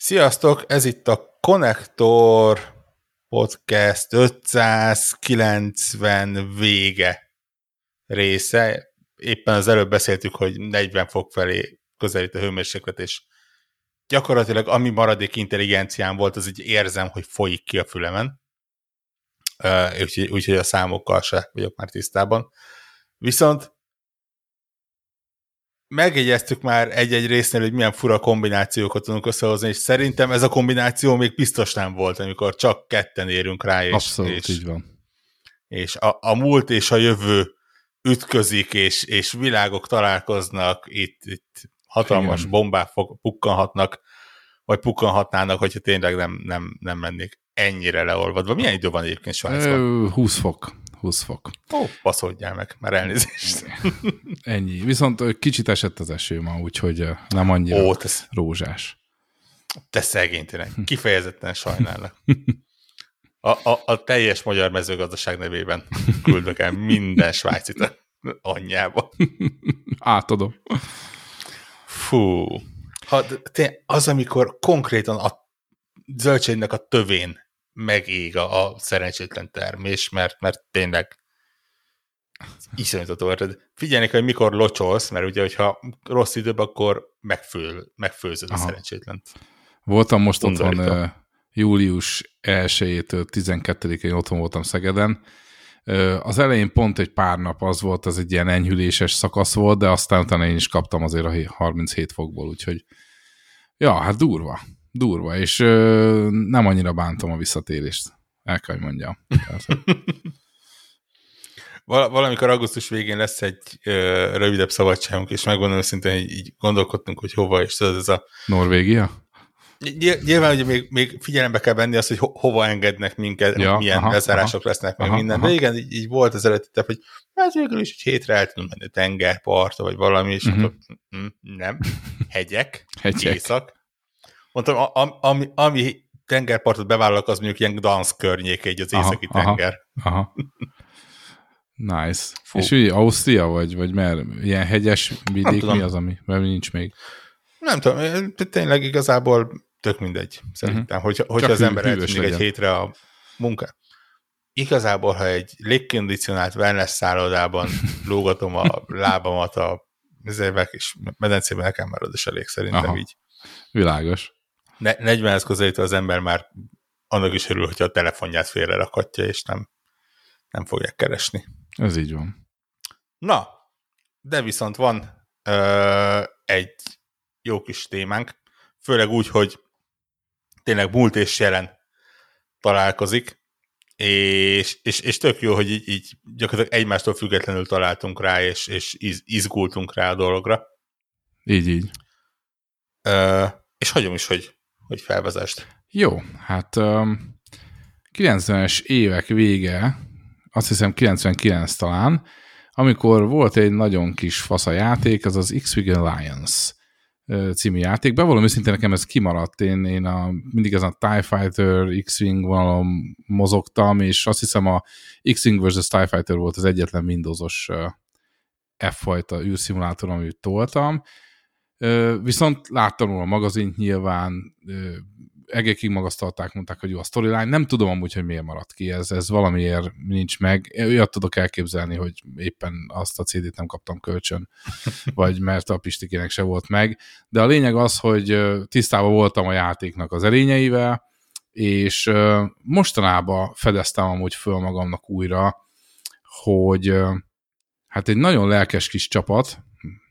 Sziasztok, ez itt a Konnektor Podcast 590 vége része. Éppen az előbb beszéltük, hogy 40 fok felé közelít a hőmérséklet, és gyakorlatilag ami maradék intelligenciám volt, az így érzem, hogy folyik ki a fülemen. Úgyhogy a számokkal se vagyok már tisztában. Viszont megjegyeztük már egy-egy résznél, hogy milyen fura kombinációkat tudunk összehozni, és szerintem ez a kombináció még biztos nem volt, amikor csak ketten érünk rá, Abszolút, így van. És a múlt és a jövő ütközik, és világok találkoznak, itt hatalmas bombák pukkanhatnak, vagy pukkanhatnának, hogyha tényleg nem lennék ennyire leolvadva. Milyen idő van egyébként Svájcban? 20 fok. 20 fok. Ó, passzoltjál meg, már elnézést. Ennyi. Viszont kicsit esett az eső ma, úgyhogy nem annyira rózsás. Te szegény tényleg. Kifejezetten sajnálnak. A teljes magyar mezőgazdaság nevében küldök el minden svájcit anyjába. Átadom. Fú. Az, amikor konkrétan a zöldségnek a tövén megég a szerencsétlen termés, mert tényleg iszonyatotó. Figyelni kell, hogy mikor locsolsz, mert ugye, hogyha rossz időben, akkor megfőzöd a szerencsétlent. Voltam most otthon július 1-től 12-én otthon voltam Szegeden. Az elején pont egy pár nap az volt, az egy ilyen enyhüléses szakasz volt, de aztán utána én is kaptam azért a 37 fokból, úgyhogy ja, hát durva, és nem annyira bántom a visszatérést. El kell, hogy mondjam. Valamikor augusztus végén lesz egy rövidebb szabadságunk, és megmondom őszintén, hogy így gondolkodtunk, hogy hova, és tudod, ez a... Norvégia? Nyilván ugye még figyelembe kell venni azt, hogy hova engednek minket, milyen lezárások lesznek, meg minden. De igen, így volt az előtte, hogy hát végül is egy hétre el tudunk menni tengerpartra, vagy valami, és nem. Hegyek. Észak. Mondtam, ami tengerpartot bevállalok, az mondjuk ilyen Gdansk környéke, így az északi tenger. Aha. Nice. Fú. És ugye Ausztria, vagy mert ilyen hegyes vidék, mi az, ami mert nincs még? Nem tudom, tényleg igazából tök mindegy, szerintem, hogyha az ember eltűnik egy hétre a munkát. Igazából, ha egy légkondicionált wellness szállodában lógatom a lábamat a kis medencében, nekem már az is elég szerintem így. Világos. 40-hez közelítve az ember már annak is örül, hogyha a telefonját félre rakhatja, és nem fogják keresni. Ez így van. Na, de viszont van egy jó kis témánk, főleg úgy, hogy tényleg múlt és jelen találkozik, és tök jó, hogy így gyakorlatilag egymástól függetlenül találtunk rá, és izgultunk rá a dologra. Így. És hagyom is, hogy felvezest. Jó, hát 90-es évek vége, azt hiszem 99 talán, amikor volt egy nagyon kis fasza játék, az az X-Wing Alliance című játék. Bevallom őszintén, nekem ez kimaradt. Én mindig ezen a TIE Fighter, X-Wing vonalon mozogtam, és azt hiszem a X-Wing vs. TIE Fighter volt az egyetlen Windows-os F-fajta űrszimulátor, amit toltam. Viszont láttam róla a magazint nyilván, egekig magasztalták, mondták, hogy jó a storyline. Nem tudom amúgy, hogy miért maradt ki. Ez valamiért nincs meg. Olyat tudok elképzelni, hogy éppen azt a CD-t nem kaptam kölcsön, vagy mert a Pistikének se volt meg. De a lényeg az, hogy tisztában voltam a játéknak az erényeivel, és mostanában fedeztem amúgy föl magamnak újra, hogy hát egy nagyon lelkes kis csapat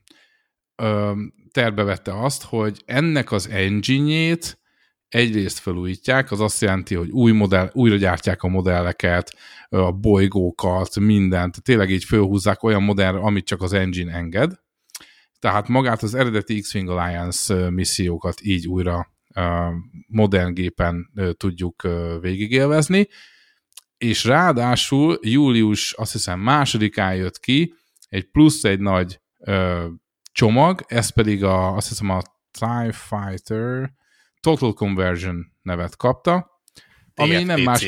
tervbe vette azt, hogy ennek az engine-jét egyrészt felújítják, az azt jelenti, hogy újra gyártják a modelleket, a bolygókat, mindent, tényleg így fölhúzzák olyan modellre, amit csak az engine enged. Tehát magát az eredeti X-Wing Alliance missziókat így újra modern gépen tudjuk végigélvezni, és ráadásul július, azt hiszem 2-án jött ki egy nagy csomag, ez pedig azt hiszem a TIE Fighter Total Conversion nevet kapta, ami nem más,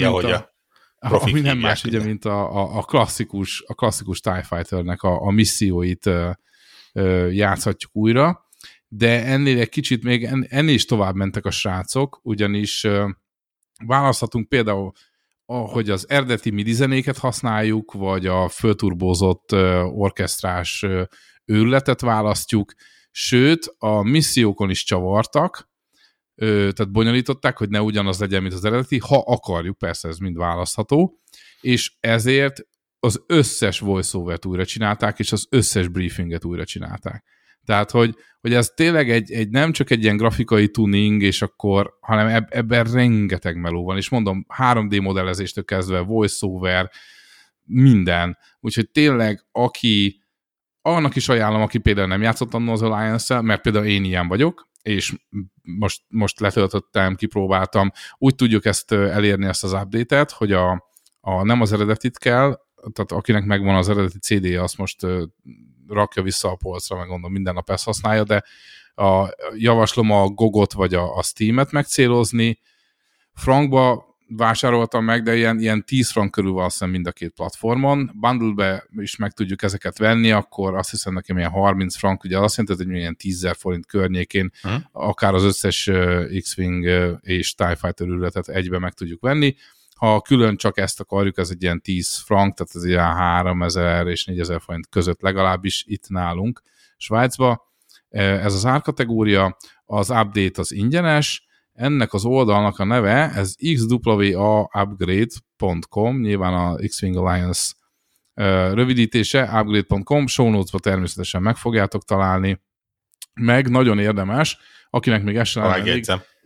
mint a klasszikus TIE Fighternek a misszióit játszhatjuk újra, de ennél egy kicsit még ennél is tovább mentek a srácok, ugyanis választhatunk például, hogy az eredeti MIDI zenéket használjuk, vagy a fölturbózott orkesztrás őrületet választjuk, sőt, a missziókon is csavartak, tehát bonyolították, hogy ne ugyanaz legyen, mint az eredeti, ha akarjuk, persze ez mind választható, és ezért az összes voice-over-t újra csinálták, és az összes briefinget újra csinálták. Tehát, hogy ez tényleg egy nem csak egy ilyen grafikai tuning, és akkor, hanem ebben rengeteg meló van, és mondom, 3D modellezéstől kezdve, voice-over, minden. Úgyhogy tényleg, annak is ajánlom, aki például nem játszott annól az Alliance-szel, mert például én ilyen vagyok, és most letöltöttem, kipróbáltam, úgy tudjuk ezt elérni, ezt az update-et, hogy nem az eredetit kell, tehát akinek megvan az eredeti CD-je, azt most rakja vissza a polcra, meg gondolom minden nap ezt használja, de javaslom a GOG-ot vagy a Steam-et megcélozni. Frankba vásároltam meg, de ilyen 10 frank körül van azt mind a két platformon. Bundle-be is meg tudjuk ezeket venni, akkor azt hiszem nekem ilyen 30 frank, ugye azt jelenti, hogy ilyen 10 000 forint környékén akár az összes X-Wing és TIE Fighter ürületet egybe meg tudjuk venni. Ha külön csak ezt akarjuk, ez egy ilyen 10 frank, tehát ez ilyen 3000 és 4000 forint között legalábbis itt nálunk Svájcba. Ez az árkategória, az update az ingyenes, ennek az oldalnak a neve, ez xwaupgrade.com, nyilván a X-Wing Alliance rövidítése, upgrade.com, show notes-ba természetesen meg fogjátok találni, meg nagyon érdemes, akinek még esetleg elég,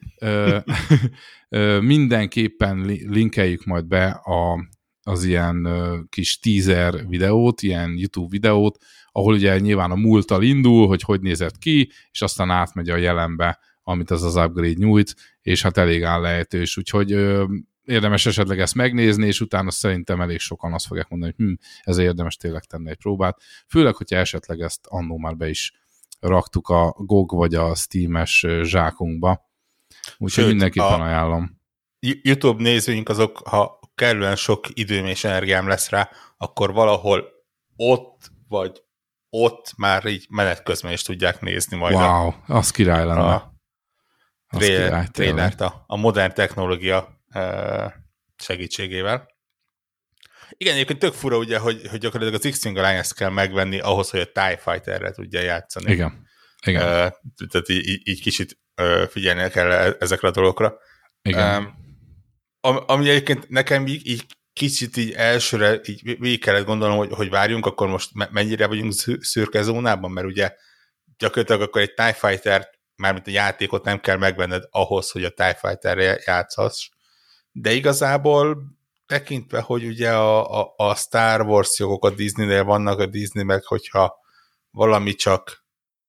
mindenképpen linkeljük majd be az ilyen kis teaser videót, ilyen YouTube videót, ahol ugye nyilván a múlttal indul, hogy nézett ki, és aztán átmegy a jelenbe, amit az upgrade nyújt, és hát elég állejtős, úgyhogy érdemes esetleg ezt megnézni, és utána szerintem elég sokan azt fogják mondani, hogy ez érdemes tényleg tenni egy próbát, főleg, hogyha esetleg ezt annó már be is raktuk a GOG vagy a Steam-es zsákunkba. Úgyhogy mindenképpen ajánlom. YouTube nézőink azok, ha kellően sok időm és energiám lesz rá, akkor valahol ott vagy ott már így menet közben is tudják nézni majd. Wow, az király lenne. Trailert a modern technológia segítségével. Igen, egyébként tök fura ugye, hogy gyakorlatilag az X-Wing Alliance kell megvenni ahhoz, hogy a TIE Fighterre tudja játszani. Igen. Tehát így kicsit figyelni kell ezekre a dolgokra. Igen. Ami egyébként nekem így kicsit így elsőre így végig kellett gondolnom, hogy várjunk, akkor most mennyire vagyunk szürke zónában, mert ugye gyakorlatilag akkor egy TIE Fighter, mármint a játékot nem kell megvenned ahhoz, hogy a TIE Fighterre játszhass, de igazából tekintve, hogy ugye a Star Wars jogok a Disneynél vannak, a Disney meg, hogyha valami csak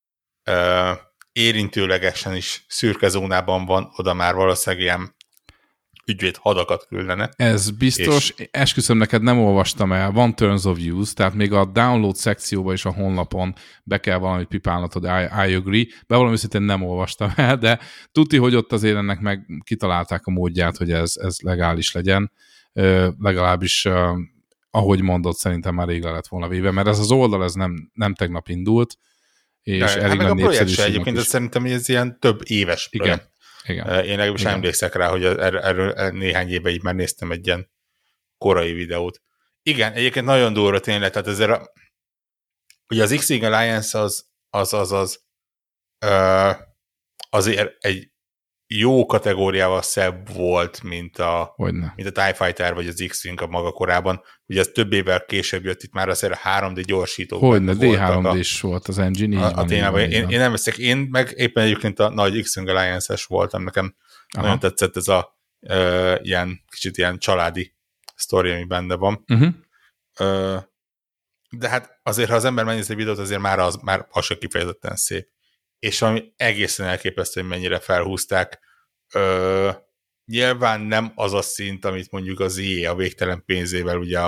érintőlegesen is szürke zónában van, oda már valószínűleg ilyen ügyvéd hadakat küldene. Ez biztos, esküszöm neked, nem olvastam el, van Terms of Use, tehát még a download szekcióba és a honlapon be kell valamit pipálnod, hogy I agree, bevallom őszintén nem olvastam el, de tudti, hogy ott azért ennek meg kitalálták a módját, hogy ez legális legyen, legalábbis ahogy mondott, szerintem már rég le lett volna véve, mert ez az oldal ez nem tegnap indult, és elég meg a projekt se egyébként, de szerintem ez ilyen több éves projekt. Igen. Én legalábbis emlékszek rá, hogy erről néhány éve így már néztem egy ilyen korai videót. Igen, egyébként nagyon durva tényleg, tehát ezért ugye az X-Wing Alliance azért egy jó kategóriával szebb volt, mint a TIE Fighter vagy az X-Wing a maga korában. Ugye ez több évvel később jött, itt már azért a 3D gyorsítók. Hogyne, D3D-s volt az engine. Én nem veszek, én meg éppen egyébként a nagy X-Wing Alliance-es voltam, nekem nagyon tetszett ez a ilyen kicsit ilyen családi sztori, ami benne van. De hát azért, ha az ember megnézi a videót, azért már az se kifejezetten szép. És ami egészen elképesztő, hogy mennyire felhúzták. Nyilván nem az a szint, amit mondjuk az EA a végtelen pénzével ugye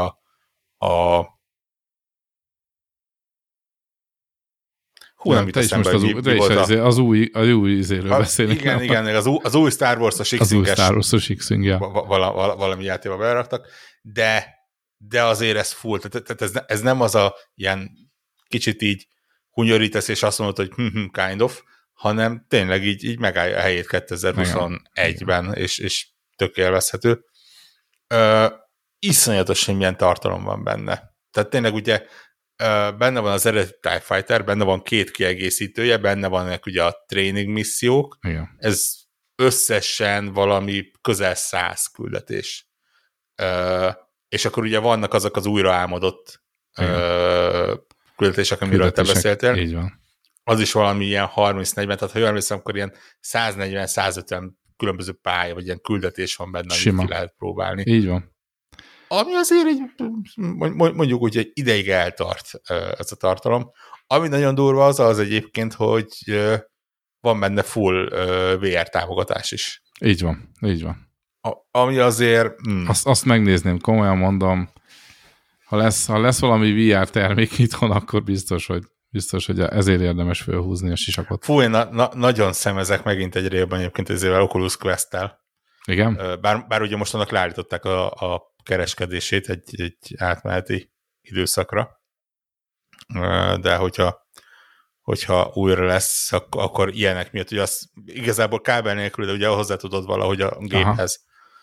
nem te is most az új izéről beszélünk. Igen, az új Star Wars-os X-Wing-es valami játékba beraktak, de azért ez full, tehát ez nem az a ilyen kicsit így hunyorítasz, és azt mondod, hogy kind of, hanem tényleg így megállja a helyét 2021-ben, és tök élvezhető. Iszonyatosan milyen tartalom van benne. Tehát tényleg ugye benne van az eredeti TIE Fighter, benne van 2 kiegészítője, benne vannak ugye a tréning missziók, igen. Ez összesen valami közel 100 küldetés. És akkor ugye vannak azok az újra álmodott küldetések, amiről te beszéltél. Így van. Az is valami ilyen 30-40, tehát ha jól emlékszem, akkor ilyen 140-150 különböző pálya, vagy ilyen küldetés van benne, amit ki lehet próbálni. Így van. Ami azért így, mondjuk úgy, hogy ideig eltart ez a tartalom. Ami nagyon durva az egyébként, hogy van benne full VR támogatás is. Így van, így van. Ami azért... Azt megnézném, komolyan mondom, ha lesz valami VR termék itthon, akkor biztos, hogy ezért érdemes fölhúzni a sisakot. Fú, én nagyon szemezek megint egy részben egyébként ezzel Oculus Quest-tel. Igen? Bár ugye most annak leállították a kereskedését egy átmeneti időszakra. De hogyha újra lesz, akkor ilyenek miatt, ugye az igazából kábel nélkül, de ugye hozzá tudod valahogy a géphez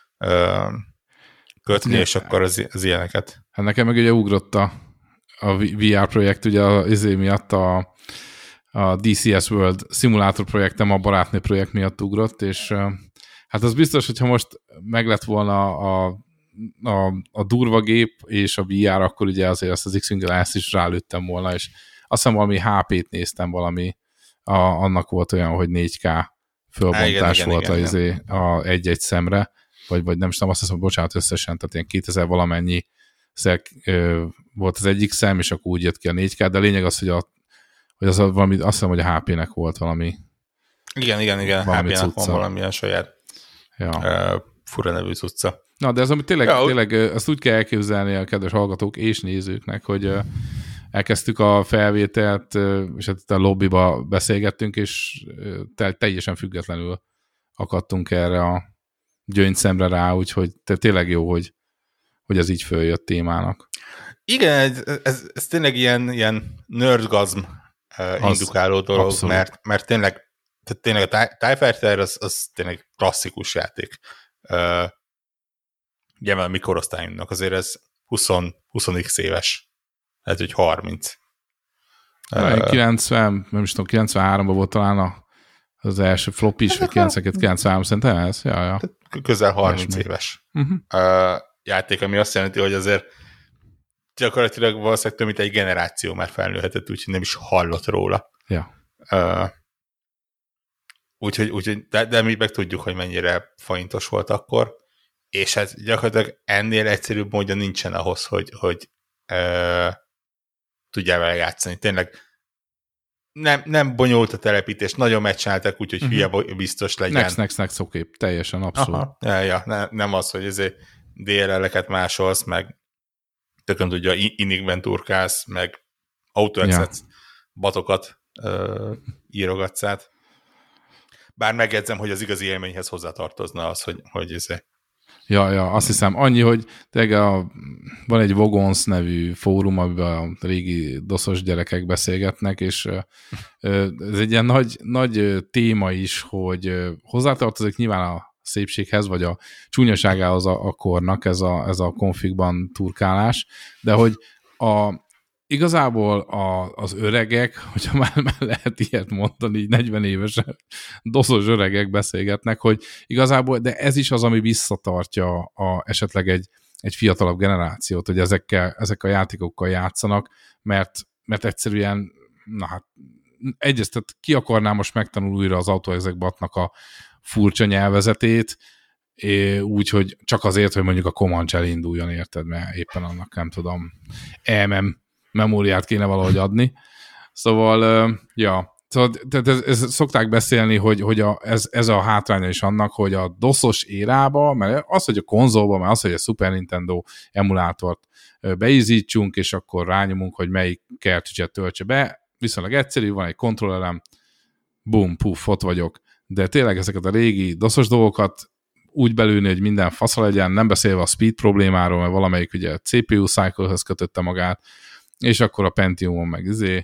kötni, és akkor az ilyeneket. Hát nekem meg ugye ugrott a VR projekt, ugye az miatt a DCS World szimulátor projektem a barátnő projekt miatt ugrott, és hát az biztos, hogyha most meg lett volna a durva gép és a VR, akkor ugye azért azt az X-Wing Alliance is rálőttem volna, és azt hiszem valami HP-t néztem, annak volt olyan, hogy 4K fölbontás volt a egy-egy szemre, vagy nem tudom, azt hiszem, bocsánat, összesen, tehát ilyen 2000 valamennyi volt az egyik szem, és akkor úgy jött ki a 4K, de a lényeg az, hogy az valami, azt hiszem, hogy a HP-nek volt valami. Igen, HP-nek van valamilyen saját fura nevű cucca. Na, de ez ami tényleg azt úgy kell elképzelni a kedves hallgatók és nézőknek, hogy elkezdtük a felvételt, és hát a lobbyba beszélgettünk, és teljesen függetlenül akadtunk erre a gyöngyszemre rá, úgyhogy tényleg jó, hogy ez így följött témának. Igen, ez tényleg ilyen nerdgazm indukáló dolog, mert tényleg a TIE Fighter az tényleg klasszikus játék. Ugye, mert a mi korosztályunknak azért ez 20x éves. Lehet, hogy 30. 90, nem is tudom, 93-ban volt talán az első flop is, vagy 92-93, szerintem ez? Ja. Közel 30 éves játék, ami azt jelenti, hogy azért gyakorlatilag valószínűleg több mint egy generáció már felnőhetett, úgyhogy nem is hallott róla. Ja. Úgyhogy de mi meg tudjuk, hogy mennyire faintos volt akkor, és hát gyakorlatilag ennél egyszerűbb módja nincsen ahhoz, hogy tudjál vele játszani. Tényleg nem bonyolult a telepítés, nagyon megcsinálták, úgyhogy hülye biztos legyen. Next, oké, teljesen abszolút. Nem az, hogy ezért DLL-eket másolsz, meg tökön tudja, inigben turkálsz, meg autóexetsz, batokat írogatsz át. Bár megjegyzem, hogy az igazi élményhez hozzátartozna az, hogy ez... Ja, azt hiszem annyi, hogy van egy Vogons nevű fórum, amiben a régi doszos gyerekek beszélgetnek, és ez egy ilyen nagy téma is, hogy hozzátartozik nyilván a szépséghez, vagy a csúnyaságához a kornak ez a konfigban turkálás, de hogy igazából az öregek, hogyha már lehet ilyet mondani, így 40 évesen doszos öregek beszélgetnek, hogy igazából, de ez is az, ami visszatartja esetleg egy fiatalabb generációt, hogy ezekkel a játékokkal játszanak, mert egyszerűen, egyrészt, tehát ki akarná most megtanulni újra az AutoExec-batnak a furcsa nyelvezetét, úgyhogy csak azért, hogy mondjuk a Comanche elinduljon, érted, mert éppen annak nem tudom, memóriát kéne valahogy adni. Szóval, ez szokták beszélni, hogy ez a hátránya is annak, hogy a DOS-os érába, mert az, hogy a konzolban, mert az, hogy a Super Nintendo emulátort beizítsunk, és akkor rányomunk, hogy melyik cartridge-et töltse be, viszonylag egyszerű, van egy kontrollelem, bum, puff, ott vagyok. De tényleg ezeket a régi DOS-os dolgokat úgy belülni, hogy minden fasza legyen, nem beszélve a speed problémáról, mert valamelyik ugye CPU cycle-höz kötötte magát, és akkor a Pentiumon meg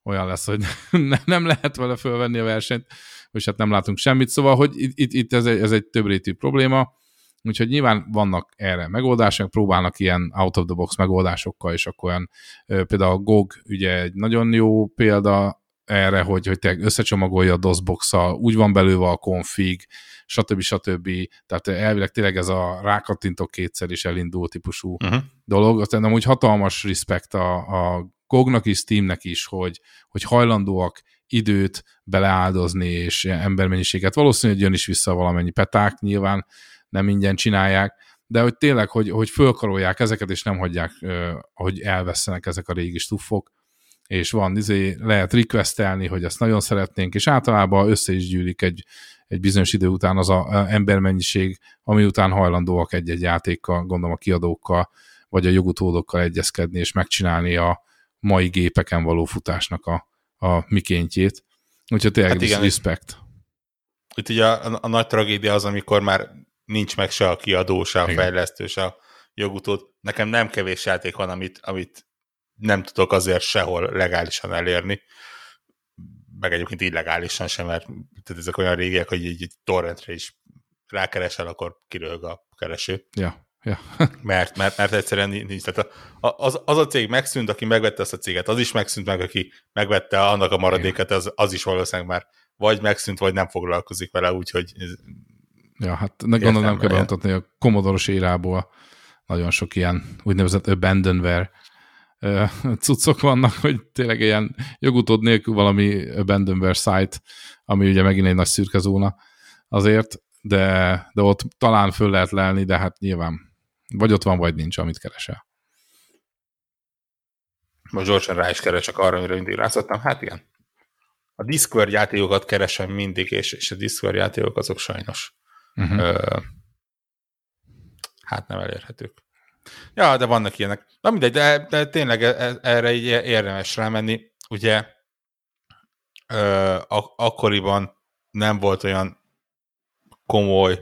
olyan lesz, hogy nem lehet vele fölvenni a versenyt, és hát nem látunk semmit. Szóval, hogy itt ez egy többrétű probléma, úgyhogy nyilván vannak erre megoldások, próbálnak ilyen out-of-the-box megoldásokkal, és akkor olyan, például a GOG ugye egy nagyon jó példa erre, hogy te összecsomagolja a DOS-box-szal, úgy van belőle a config, stb. Tehát elvileg tényleg ez a rákattintok kétszer is elindul típusú dolog. Aztán amúgy hatalmas respekt a GOG-nak is, Steamnek is, hogy hajlandóak időt beleáldozni, és embermennyiséget. Valószínűleg jön is vissza valamennyi peták, nyilván nem ingyen csinálják, de hogy tényleg, hogy fölkarolják ezeket, és nem hagyják, hogy elvesztenek ezek a régi stuffok, és van, lehet requestelni, hogy ezt nagyon szeretnénk, és általában össze is gyűlik egy bizonyos idő után az a embermennyiség, ami után hajlandóak egy-egy játékkal, gondolom a kiadókkal, vagy a jogutódokkal egyezkedni, és megcsinálni a mai gépeken való futásnak a mikéntjét. Úgyhogy tényleg hát respect. Itt ugye a nagy tragédia az, amikor már nincs meg se a kiadó, se a fejlesztő, se a jogutód. Nekem nem kevés játék van, amit nem tudok azért sehol legálisan elérni, meg egyébként illegálisan sem, mert ezek olyan régiek, hogy egy torrentre is rákeresel, akkor kiröhög a kereső. Ja. mert egyszerűen nincs. Tehát az a cég megszűnt, aki megvette azt a céget, az is megszűnt meg, aki megvette annak a maradéket, az is valószínűleg már vagy megszűnt, vagy nem foglalkozik vele, úgyhogy... Ja, hát gondolom nem kell bemutatni, a Commodore-os érából nagyon sok ilyen úgynevezett abandonware cuccok vannak, hogy tényleg ilyen jogutód nélkül valami abandonware site, ami ugye megint egy nagy szürke zóna azért, de ott talán föl lehet lelni, de hát nyilván vagy ott van, vagy nincs, amit keresel. Most gyorsan rá is keresek arra, amire mindig rászottam. Hát igen. A Discord játékokat keresem mindig, és a Discord játékok azok sajnos hát nem elérhetők. Ja, de vannak ilyenek. Na mindegy, de tényleg erre így érdemes rámenni. Ugye akkoriban nem volt olyan komoly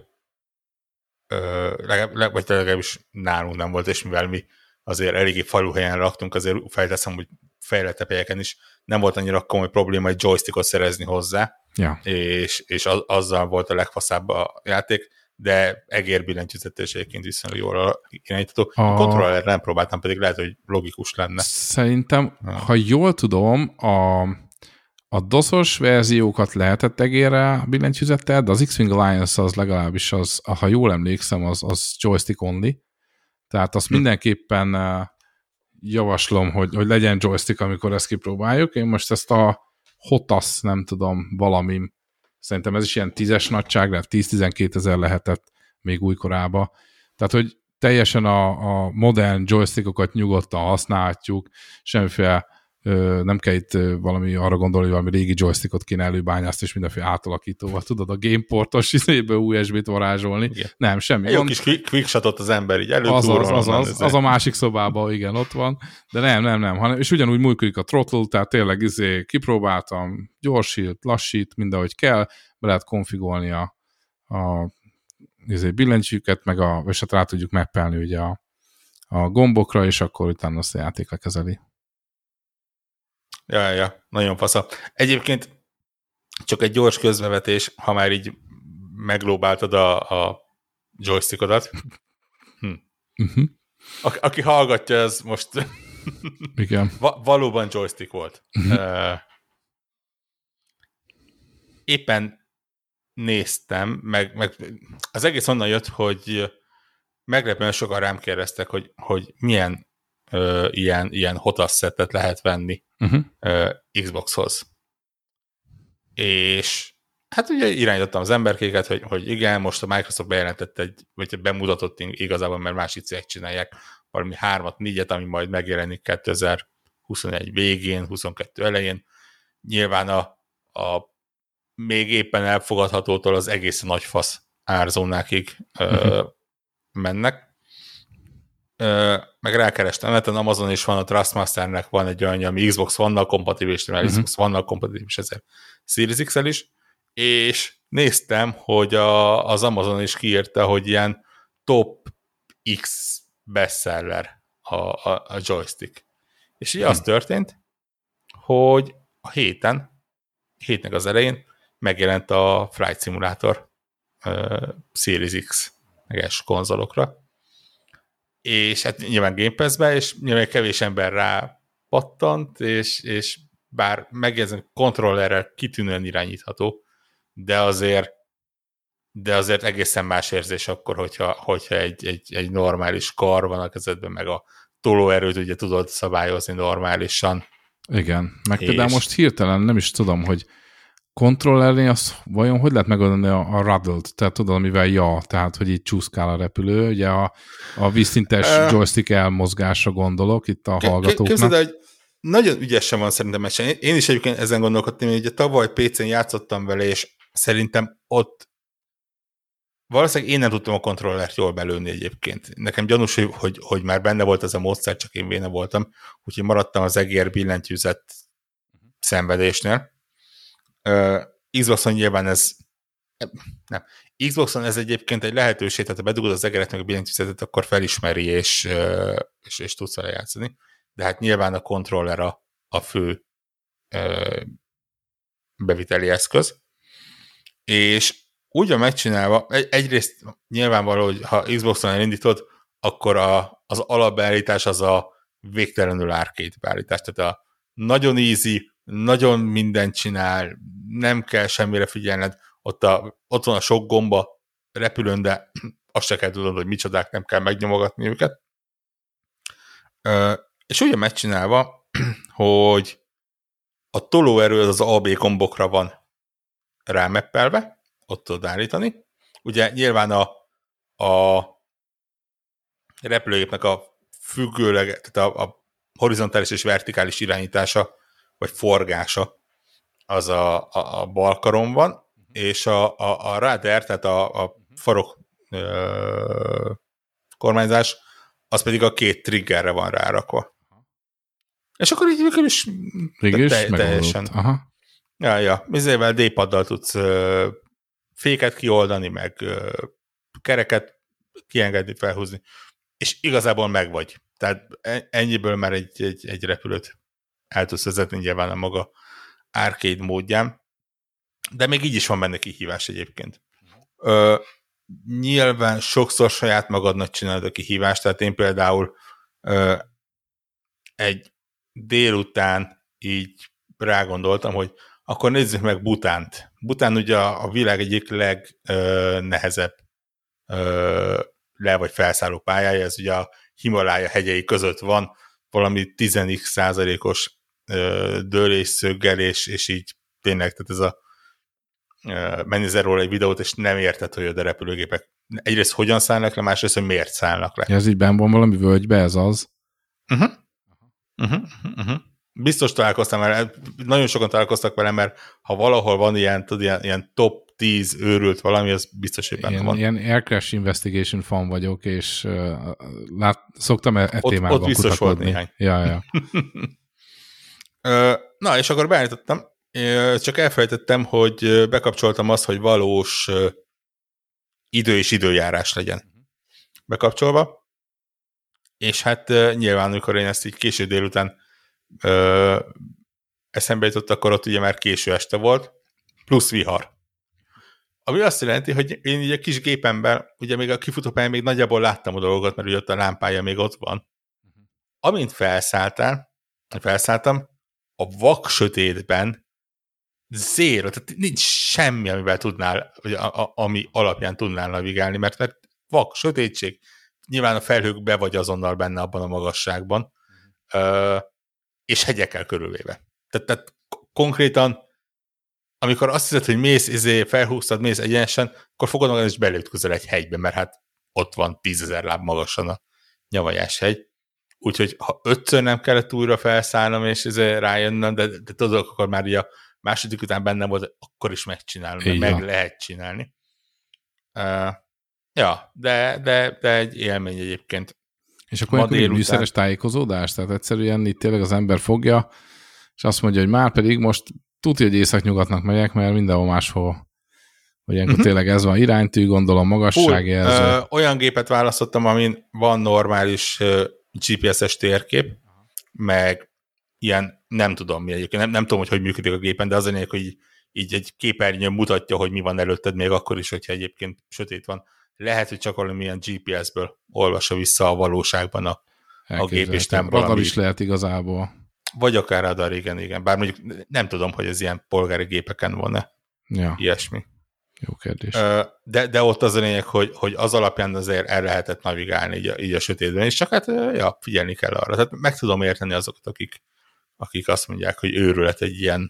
vagy legalábbis nálunk nem volt, és mivel mi azért eléggé faluhelyen laktunk, azért felteszem, hogy fejlettebb helyeken is nem volt annyira komoly probléma egy joystickot szerezni hozzá, és azzal volt a legfaszább a játék, de egérbillentyűzetes egyébként viszonylag jól irányítható. A kontroller nem próbáltam, pedig lehet, hogy logikus lenne. Szerintem, ha jól tudom, a DOS-os verziókat lehetett egérre billentyűzettel, de az X-Wing Alliance az legalábbis, ha jól emlékszem, az joystick only. Tehát azt mindenképpen javaslom, hogy legyen joystick, amikor ezt kipróbáljuk. Én most ezt a HOTAS, nem tudom, valami, szerintem ez is ilyen 10-es nagyság, lehet 10-12 ezer lehetett még újkorában. Tehát, hogy teljesen a modern joystickokat nyugodtan használhatjuk, semmiféle nem kell itt arra gondolni, hogy valami régi joystickot kéne előbányászt, és mindenféle átalakítóval tudod a gameportos izéből USB-t varázsolni. Igen. Nem, semmi. Jó kis quickshotot az ember így az a másik szobában, igen, ott van. De nem. És ugyanúgy működik a throttle, tehát tényleg kipróbáltam, gyorsít, lassít, mindenhogy kell, be lehet konfigolni a billentyűket, és hát rá tudjuk mappelni ugye a gombokra, és akkor utána azt a játék lekezeli. Ja, nagyon fasza. Egyébként csak egy gyors közbevetés, ha már így meglóbáltad a joystickodat. Aki hallgatja, ez most igen. Valóban joystick volt. Éppen néztem, meg az egész onnan jött, hogy meglepően sokan rám kérdeztek, hogy milyen ilyen HOTAS szettet lehet venni Xboxhoz. És hát ugye irányítottam az emberkéket, hogy igen, most a Microsoft bejelentett vagy bemutatott igazából, mert másik cégek csinálják valami 3-4-et, ami majd megjelenik 2021 végén, 22 elején. Nyilván a még éppen elfogadhatótól az egész nagy fasz árzónákig mennek. Meg rákerestem, mert az Amazon is van, a Trustmasternek van egy olyan, ami Xbox One-nal kompatibilis, mert Xbox One-nal kompatibilis, ezért Series X-el is, és néztem, hogy az Amazon is kiírta, hogy ilyen top X bestseller a joystick. És így az történt, hogy hétnek az elején megjelent a Flight Simulator Series X meg S konzolokra, és hát nyilván Game Pass-be, és nyilván kevés ember rá pattant, és bár megjegyzem, kontrollerrel kitűnően irányítható, de azért egészen más érzés akkor, hogyha egy normális kar van a kezedben, meg a tolóerőt ugye tudod szabályozni normálisan. Igen, meg például most hirtelen nem is tudom, hogy kontrollerni, az vajon hogy lehet megoldani a ruddle-t, tehát tudod, amivel tehát hogy így csúszkál a repülő, ugye a vízszintes joystick elmozgásra gondolok itt a hallgatóknak. Képzeld, hogy nagyon ügyesen van szerintem meccsen. Én is egyébként ezen gondolkodtam, hogy ugye tavaly PC-n játszottam vele, és szerintem ott valószínűleg én nem tudtam a kontrollert jól belőni egyébként. Nekem gyanús, hogy már benne volt ez a módszer, csak én béna voltam, úgyhogy maradtam az egér billentyűzet szenvedésnél. Xboxon nyilván Xboxon ez egyébként egy lehetőség, tehát ha bedugod az egeret meg a billentyűzetet, akkor felismeri, és tudsz vele játszani. De hát nyilván a kontroller a fő beviteli eszköz. És úgy van megcsinálva, egyrészt nyilvánvaló, hogy ha Xboxon elindítod, akkor az alapbeállítás az a végtelenül arcade beállítás. Tehát a nagyon easy, nagyon mindent csinál, nem kell semmire figyelned, ott van a sok gomba repülőn, de azt se kell tudod, hogy micsodák, nem kell megnyomogatni őket. És úgy van megcsinálva, hogy a tolóerő az AB gombokra van rámeppelve, ott tudod állítani. Ugye nyilván a repülőgépnek a függőleg, tehát a horizontális és vertikális irányítása, vagy forgása az a bal karon van, és a radar, tehát a farok kormányzás, az pedig a két triggerre van rárakva. És akkor így végül is teljesen. Aha. Ja. Ezével D-paddal tudsz féket kioldani, meg kereket kiengedni, felhúzni. És igazából megvagy. Tehát ennyiből már egy repülőt el tudsz vezetni, nyilván a maga arcade módján. De még így is van benne kihívás egyébként. Nyilván sokszor saját magadnak csinálod a kihívást, tehát én például egy délután így rágondoltam, hogy akkor nézzük meg Butánt. Bután ugye a világ egyik legnehezebb le- vagy felszálló pályája, ez ugye a Himalája hegyei között van, valami 10x% dőlésszöggel, és így tényleg, tehát ez a megnézel róla egy videót, és nem érted, hogy a repülőgépek egyrészt hogyan szállnak le, másrészt, hogy miért szállnak le. Ja, ez így benn van valami völgybe, ez az? Biztos találkoztam vele, nagyon sokan találkoztak vele, mert ha valahol van ilyen top 10 őrült valami, az biztos, hogy benne van. Ilyen Air Crash Investigation fan vagyok, és szoktam témában ott biztos kutakodni. Volt néhány. Ja. Na, és akkor beállítottam, csak elfelejtettem, hogy bekapcsoltam azt, hogy valós idő és időjárás legyen bekapcsolva, és hát nyilván, amikor én ezt így késő délután eszembe jutott, akkor ott ugye már késő este volt, plusz vihar. Ami azt jelenti, hogy én így a kis gépemben, ugye még a kifutópályán még nagyjából láttam a dolgokat, mert ugye ott a lámpája még ott van. Amint felszálltam, a vak sötétben zéro, tehát nincs semmi, amivel tudnál, vagy ami alapján tudnál navigálni, mert vak, sötétség, nyilván a felhők be vagy azonnal benne abban a magasságban, és hegyekkel körülvéve. Tehát konkrétan, amikor azt hiszed, hogy mész, felhúztad, mész egyenesen, akkor fogod magad, és belütközel egy hegybe, mert hát ott van 10.000 láb magasan a Nyavajás hegy. Úgyhogy ha 5-ször nem kellett újra felszállnom, és rájönnöm, de tudok, akkor már így a második után bennem volt, akkor is megcsinálom, mert meg lehet csinálni. De egy élmény egyébként. És akkor egy műszeres tájékozódás? Tehát egyszerűen itt tényleg az ember fogja, és azt mondja, hogy már pedig most tudja, hogy észak-nyugatnak megyek, mert mindenhol máshol. Hogy ilyenkor tényleg ez van, iránytű, gondolom, magasságjelző. Olyan gépet választottam, amin van normális GPS-es térkép, meg ilyen, nem tudom mi egyébként, nem tudom, hogy működik a gépen, de az a lényeg, hogy így egy képernyőn mutatja, hogy mi van előtted, még akkor is, hogyha egyébként sötét van. Lehet, hogy csak valamilyen GPS-ből olvassa vissza a valóságban a gép, és nem valami... Radar is lehet igazából. Vagy akár radar, igen. Bár mondjuk nem tudom, hogy ez ilyen polgári gépeken van-e ilyesmi. Jó kérdés. De ott az a lényeg, hogy az alapján azért el lehetett navigálni így a sötétben, és csak hát figyelni kell arra. Tehát meg tudom érteni azokat, akik azt mondják, hogy őrület egy ilyen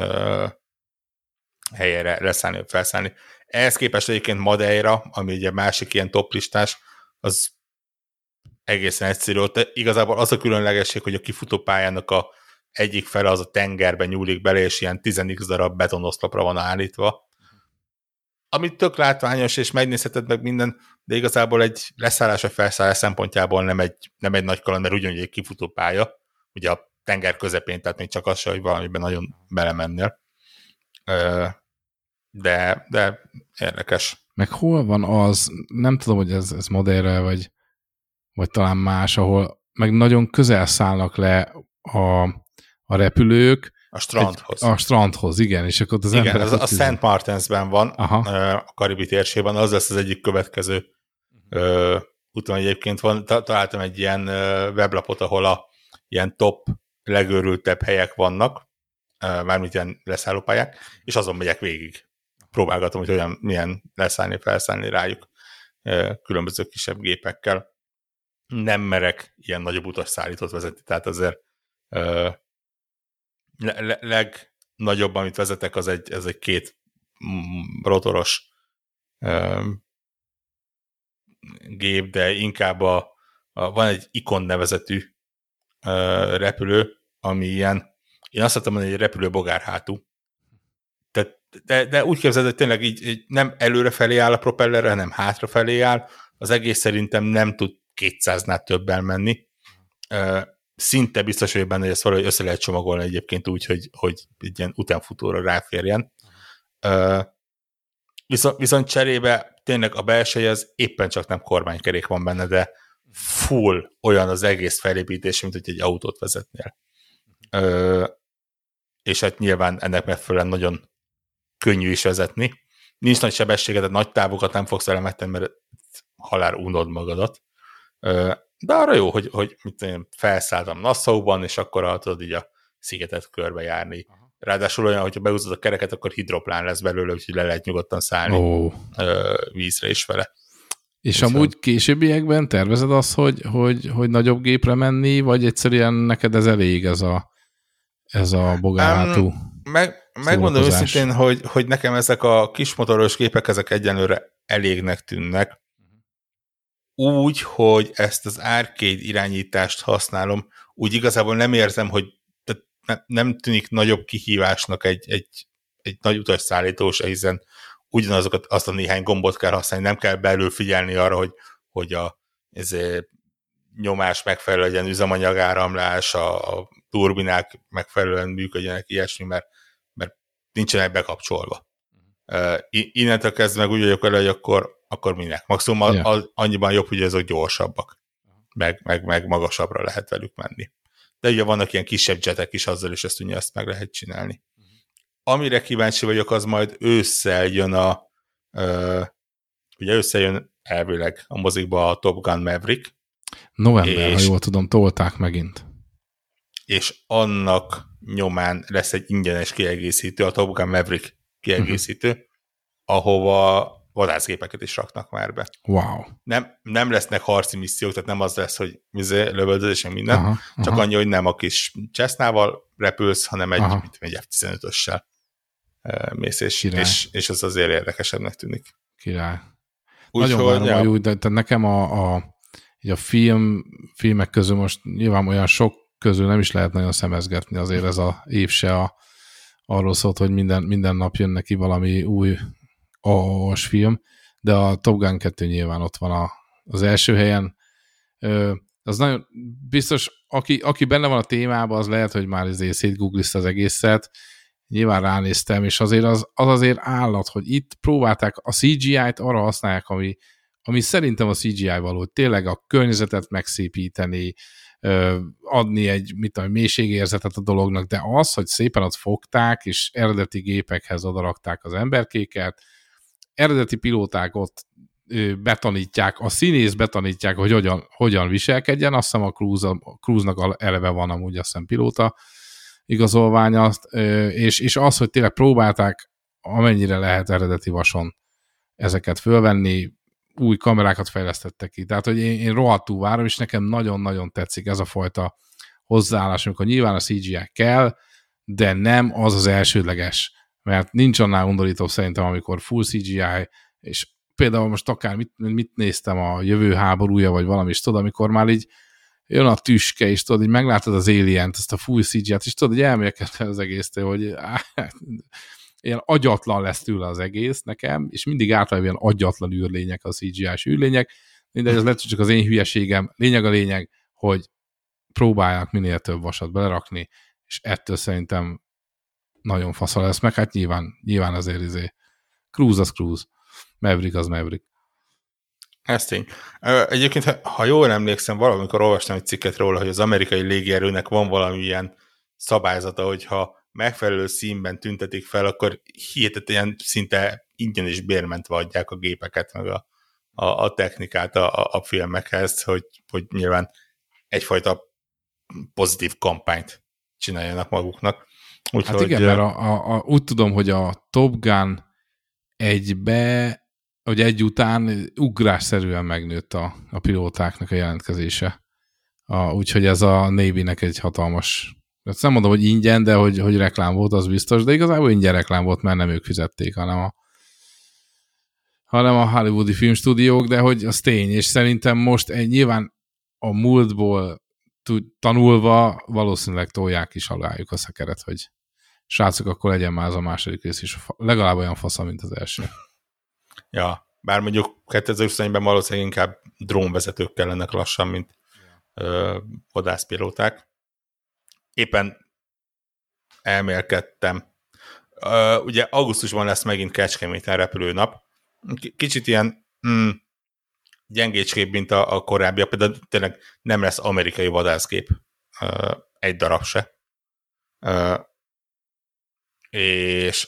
helyre leszállni, felszállni. Ehhez képest egyébként Madeira, ami ugye másik ilyen toplistás, az egészen egyszerű. Ott igazából az a különlegesség, hogy a kifutópályának a egyik fele az a tengerben nyúlik bele, és ilyen 10x darab betonoszlopra van állítva. Amit tök látványos, és megnézheted meg minden, de igazából egy leszállás vagy felszállás szempontjából nem egy nagy kaland, mert ugyanúgy egy kifutópálya, ugye a tenger közepén, tehát még csak az sem, hogy valamiben nagyon belemennél. De érdekes. Meg hol van az, nem tudom, hogy ez Madeira, vagy talán más, ahol meg nagyon közel szállnak le a repülők. A strandhoz. A strandhoz, igen. És akkor az igen, a Szent Martinsben van, a Karibi térségben, az lesz az egyik következő úton egyébként van. Találtam egy ilyen weblapot, ahol ilyen top legőrültebb helyek vannak, mármint ilyen leszállópályák, és azon megyek végig. Próbálgatom, hogy milyen leszállni, felszállni rájuk különböző kisebb gépekkel. Nem merek ilyen nagyobb utasszállítót vezetni, tehát azért legnagyobb, amit vezetek, ez egy 2 rotoros gép, de inkább van egy Icon nevezetű repülő, ami ilyen, én azt hittem, hogy egy repülő bogárhátú. De úgy képzeld, hogy tényleg így nem előrefelé áll a propellerre, hanem hátrafelé áll. Az egész szerintem nem tud 200-nál többen menni. Szinte biztos vagyok benne, hogy ezt valahogy össze lehet csomagolni egyébként úgy, hogy egy ilyen utánfutóra ráférjen. Viszont cserébe tényleg a belseje az éppen csak nem kormánykerék van benne, de full olyan az egész felépítés, mint hogy egy autót vezetnél. És hát nyilván ennek megfelelően nagyon könnyű is vezetni. Nincs nagy sebessége, de nagy távokat nem fogsz elemetni, mert halál unod magadat. De arra jó, hogy felszálltam Nassauban, és akkor tudod így a szigetet körbejárni. Ráadásul olyan, hogyha behúzod a kereket, akkor hidroplán lesz belőle, úgyhogy le lehet nyugodtan szállni vízre is vele. És amúgy későbbiekben tervezed azt, hogy nagyobb gépre menni, vagy egyszerűen neked ez elég, ez a bogárhátú megmondom őszintén, hogy nekem ezek a kismotoros gépek, ezek egyenlőre elégnek tűnnek. Úgy, hogy ezt az arcade irányítást használom, úgy igazából nem érzem, hogy nem tűnik nagyobb kihívásnak egy nagy utasszállítós, hiszen ugyanazokat, azt a néhány gombot kell használni, nem kell belül figyelni arra, hogy ez nyomás megfelelő legyen, üzemanyagáramlás, a turbinák megfelelően működjenek, ilyesmi, mert nincsenek bekapcsolva. Innentől kezdve meg úgy vagyok vele, hogy akkor minek. Maximum annyiban jobb, hogy ezek gyorsabbak, meg magasabbra lehet velük menni. De ugye vannak ilyen kisebb jetek is azzal, és ezt meg lehet csinálni. Amire kíváncsi vagyok, az majd ősszel jön ugye ősszel jön elvileg a mozikba a Top Gun Maverick. November, ha jól tudom, tolták megint. És annak nyomán lesz egy ingyenes kiegészítő, a Top Gun Maverick kiegészítő, ahova vadászgépeket is raknak már be. Wow. Nem lesznek harci missziók, tehát nem az lesz, hogy lövöldözés, minden, csak annyi, hogy nem a kis Cessnával repülsz, hanem egy F-15-össel mész, és az azért érdekesebbnek tűnik. Király. Nagyon várom, hogy úgy, de nekem a filmek közül most nyilván olyan sok közül nem is lehet nagyon szemezgetni, azért ez a év se arról szólt, hogy minden nap jön neki valami új AAA-s film, de a Top Gun 2 nyilván ott van az első helyen. Az nagyon biztos, aki benne van a témában, az lehet, hogy már szétgooglizta az egészet. Nyilván ránéztem, és azért az azért állat, hogy itt próbálták a CGI-t arra használják, ami szerintem a CGI való, tényleg a környezetet megszépíteni, adni egy mélységérzetet a dolognak, de az, hogy szépen ott fogták, és eredeti gépekhez odarakták az emberkéket, eredeti pilóták ott betanítják, a színész betanítják, hogy hogyan viselkedjen, azt hiszem a Cruise-nak eleve van amúgy, azt hiszem pilóta igazolványa, és az, hogy tényleg próbálták amennyire lehet eredeti vason ezeket fölvenni, új kamerákat fejlesztettek ki. Tehát, hogy én rohadtul várom, és nekem nagyon-nagyon tetszik ez a fajta hozzáállás, amikor nyilván a CGI kell, de nem az az elsődleges, mert nincs annál undorítóbb szerintem, amikor full CGI, és például most akár mit néztem, a Jövő háborúja, vagy valami, és tudod, amikor már így jön a tüske, és tudod, így meglátod az Alien-t, ezt a full CGI-t, és tudod, hogy elmélkedve az egésztől, hogy ilyen agyatlan lesz tőle az egész nekem, és mindig általában ilyen agyatlan űrlények a CGI-s űrlények, mindegy, ez lehet csak az én hülyeségem. Lényeg a lényeg, hogy próbálják minél több vasat belerakni, és ettől szerintem nagyon fasza lesz, meg hát nyilván azért Cruise az Cruise, Maverick az Maverick. Ez tény. Egyébként, ha jól emlékszem, valamikor olvastam egy cikket róla, hogy az amerikai légierőnek van valamilyen szabályzata, hogyha megfelelő színben tüntetik fel, akkor hihetetlen szinte ingyen és bérmentve adják a gépeket, meg a technikát a filmekhez, hogy nyilván egyfajta pozitív kampányt csináljanak maguknak. Úgyhogy, hát igen, mert úgy tudom, hogy a Top Gun egy után ugrásszerűen megnőtt a pilótáknak a jelentkezése. Úgyhogy ez a Navy-nek egy hatalmas, ezt nem mondom, hogy ingyen, de hogy reklám volt, az biztos, de igazából ingyen reklám volt, mert nem ők fizették, hanem a hollywoodi filmstúdiók, de hogy az tény, és szerintem most nyilván a múltból tanulva valószínűleg tolják is alájuk a szekeret, hogy srácok, akkor legyen már az a második rész is legalább olyan fasza, mint az első. Ja, bár mondjuk 2021-ben valószínűleg inkább drónvezetők kellenek lassan, mint vadászpilóták. Éppen elmélkedtem. Ugye augusztusban lesz megint Kecskeméten repülőnap. Kicsit ilyen gyengécsképp, mint a korábbiak, például tényleg nem lesz amerikai vadászgép egy darab se. És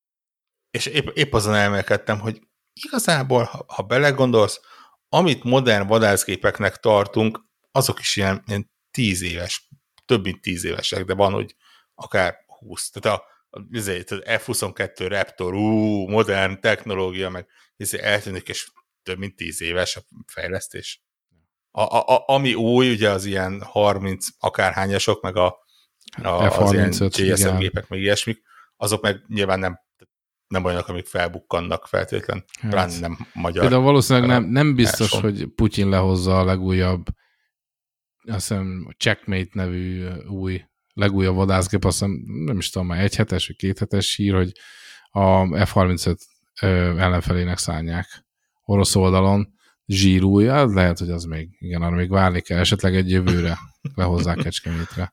épp azon elmélkedtem, hogy igazából, ha belegondolsz, amit modern vadászgépeknek tartunk, azok is ilyen 10 éves, több mint 10 évesek, de van, hogy akár 20. Tehát az F-22 Raptor, modern technológia, meg eltűnik, és több mint 10 éves a fejlesztés. Ami új, ugye az ilyen 30 akárhányasok, meg az ilyen GSM gépek, meg ilyesmik, azok meg nyilván nem olyanok, amik felbukkannak feltétlen. Talán nem magyar. De valószínűleg nem biztos, hogy Putyin lehozza a legújabb, azt hiszem Checkmate nevű legújabb vadászgép, azt hiszem, nem is tudom, már 1 hetes vagy 2 hetes hír, hogy a F-35 ellenfelének szánják orosz oldalon. Zsírúja, lehet, hogy az arra még várni kell, esetleg egy jövőre lehozzák Kecskemétre.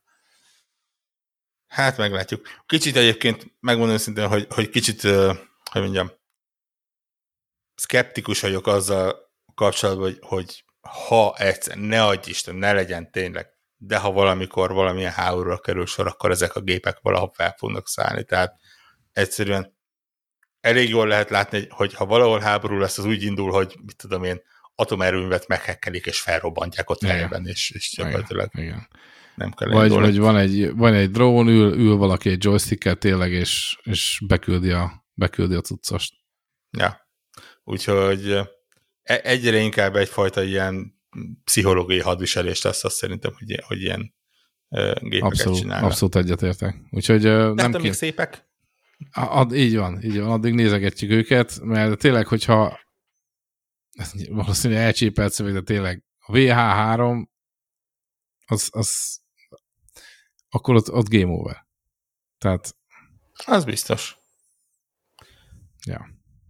Hát meglátjuk. Kicsit egyébként megmondom szintén, hogy kicsit, hogy mondjam, szkeptikus vagyok azzal kapcsolatban, hogy ha egyszer, ne adj Isten, ne legyen tényleg, de ha valamikor valamilyen háborúra kerül sor, akkor ezek a gépek valahol fel fognak szállni. Tehát egyszerűen elég jól lehet látni, hogy ha valahol háború lesz, az úgy indul, hogy mit tudom én, atomerőművet meghekkelik, és felrobbantják ott helyben, és gyakorlatilag nem kell vagy van egy drón, ül valaki egy joystickkel tényleg, és beküldi a cuccost. Ja, úgyhogy egyre inkább egyfajta ilyen pszichológiai hadviselés lesz, azt szerintem, hogy ilyen gépeket csinálnak. Abszolút egyetértek. Úgyhogy nem még szépek? Így van, addig nézegetjük őket, mert tényleg, hogyha valószínűleg elcsépelt szöveg, de tényleg a VH3 az akkor ott game over. Tehát az biztos. Ja.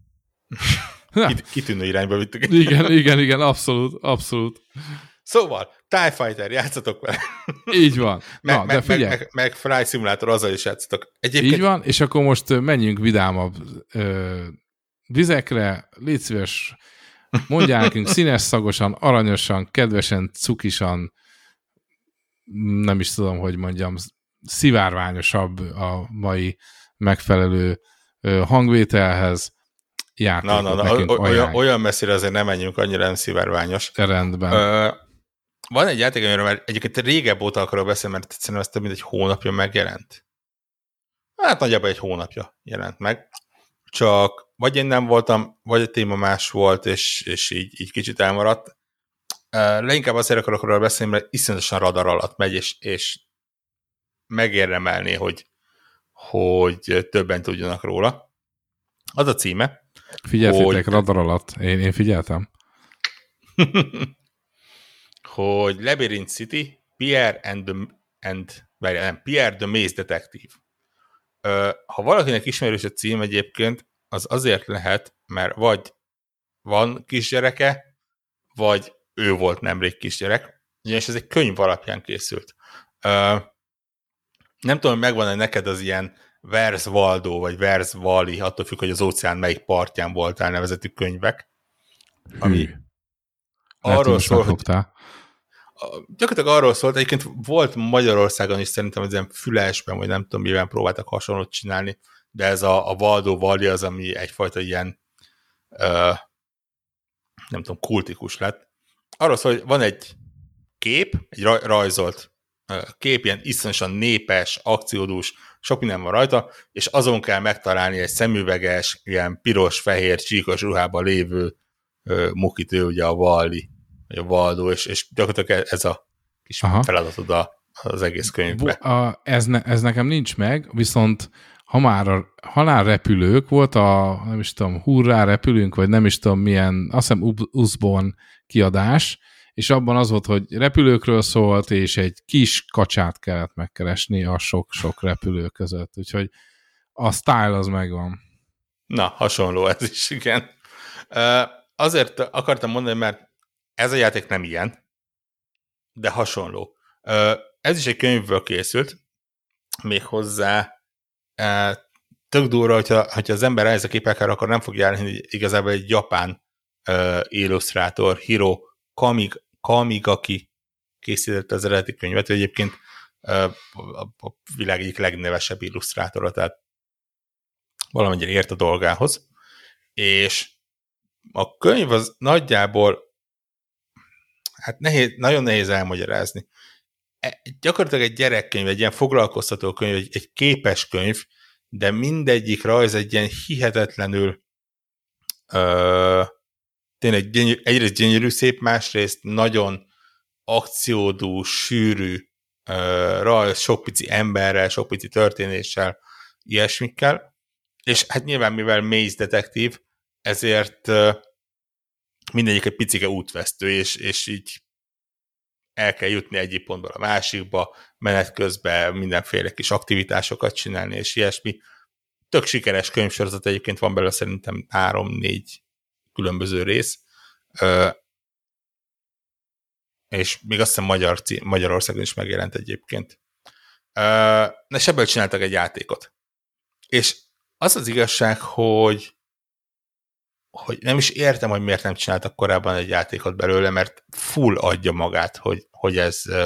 Kitűnő irányba vittük. Igen, abszolút. Szóval, TIE Fighter, játszatok vele. Így van. De figyelj. Meg Flight Simulator, azzal is játszatok. Egyébként... Így van, és akkor most menjünk vidámabb vizekre. Légy szíves, mondjál nekünk színes, szagosan, aranyosan, kedvesen, cukisan, nem is tudom, hogy mondjam, szivárványosabb a mai megfelelő hangvételhez. Játékot olyan messzire azért nem menjünk, annyira nem szivárványos. Rendben. Van egy játék, amiről már egyébként régebb óta akarok beszélni, mert egyszerűen ez több mint egy hónapja megjelent. Hát nagyjából egy hónapja jelent meg. Csak vagy én nem voltam, vagy a téma más volt, és így kicsit elmaradt. Leginkább azért akarok róla beszélni, mert iszonyatosan radar alatt megy, és megérdemelné, hogy többen tudjanak róla. Az a címe. Figyeltétek, radar alatt. Én figyeltem. hogy Labyrinth City, Pierre the Maze Detective. Ha valakinek ismerős a cím egyébként, az azért lehet, mert vagy van kisgyereke, vagy ő volt nemrég kisgyerek, ugyanis ez egy könyv alapján készült. Nem tudom, hogy megvan-e neked az ilyen Where's Waldo, vagy Where's Wally, attól függ, hogy az óceán melyik partján voltál nevezetű könyvek. Ami arról szól, hogy gyakorlatilag arról szólt, egyébként volt Magyarországon is szerintem az ilyen Fülesben, vagy nem tudom, mivel próbáltak hasonlót csinálni, de ez a Waldo Wally az, ami egyfajta ilyen nem tudom, kultikus lett. Arról szól, hogy van egy kép, egy rajzolt kép, ilyen iszonyosan népes, akciódús, sok minden van rajta, és azon kell megtalálni egy szemüveges, ilyen piros-fehér, csíkos ruhában lévő mukit, ő ugye a Wally, vagy a Waldo, és gyakorlatilag ez a kis feladatod az egész könyvben. Ez nekem nincs meg, viszont ha már a halálrepülők volt nem is tudom, hurrá repülünk, vagy nem is tudom milyen, azt hiszem Usborne kiadás, és abban az volt, hogy repülőkről szólt, és egy kis kacsát kellett megkeresni a sok-sok repülő között. Úgyhogy a style az megvan. Na, hasonló ez is, igen. Azért akartam mondani, mert ez a játék nem ilyen, de hasonló. Ez is egy könyvből készült, méghozzá tök durva, hogyha az ember ehhez a képekkel akkor nem fog járni, hogy igazából egy japán illusztrátor, Hiro Kamigaki készítette az eredeti könyvet, hogy egyébként a világ egyik legnevesebb illusztrátora, tehát valamennyire ért a dolgához. És a könyv az nagyjából hát nagyon nehéz elmagyarázni. Gyakorlatilag egy gyerekkönyv, egy ilyen foglalkoztató könyv, egy képes könyv, de mindegyik rajz egy ilyen hihetetlenül tényleg egyrészt gyönyörű szép, másrészt nagyon akciódús, sűrű rajz, sok pici emberrel, sok pici történéssel, ilyesmikkel. És hát nyilván, mivel Maze Detective, ezért mindegyik egy picike útvesztő, és így el kell jutni egyik pontból a másikba, menet közben mindenféle kis aktivitásokat csinálni, és ilyesmi. Tök sikeres könyvsorozat, egyébként van belőle szerintem 3-4 különböző rész, és még azt hiszem Magyarországon is megjelent egyébként. És ebből csináltak egy játékot. És az az igazság, hogy nem is értem, hogy miért nem csináltak korábban egy játékot belőle, mert full adja magát, hogy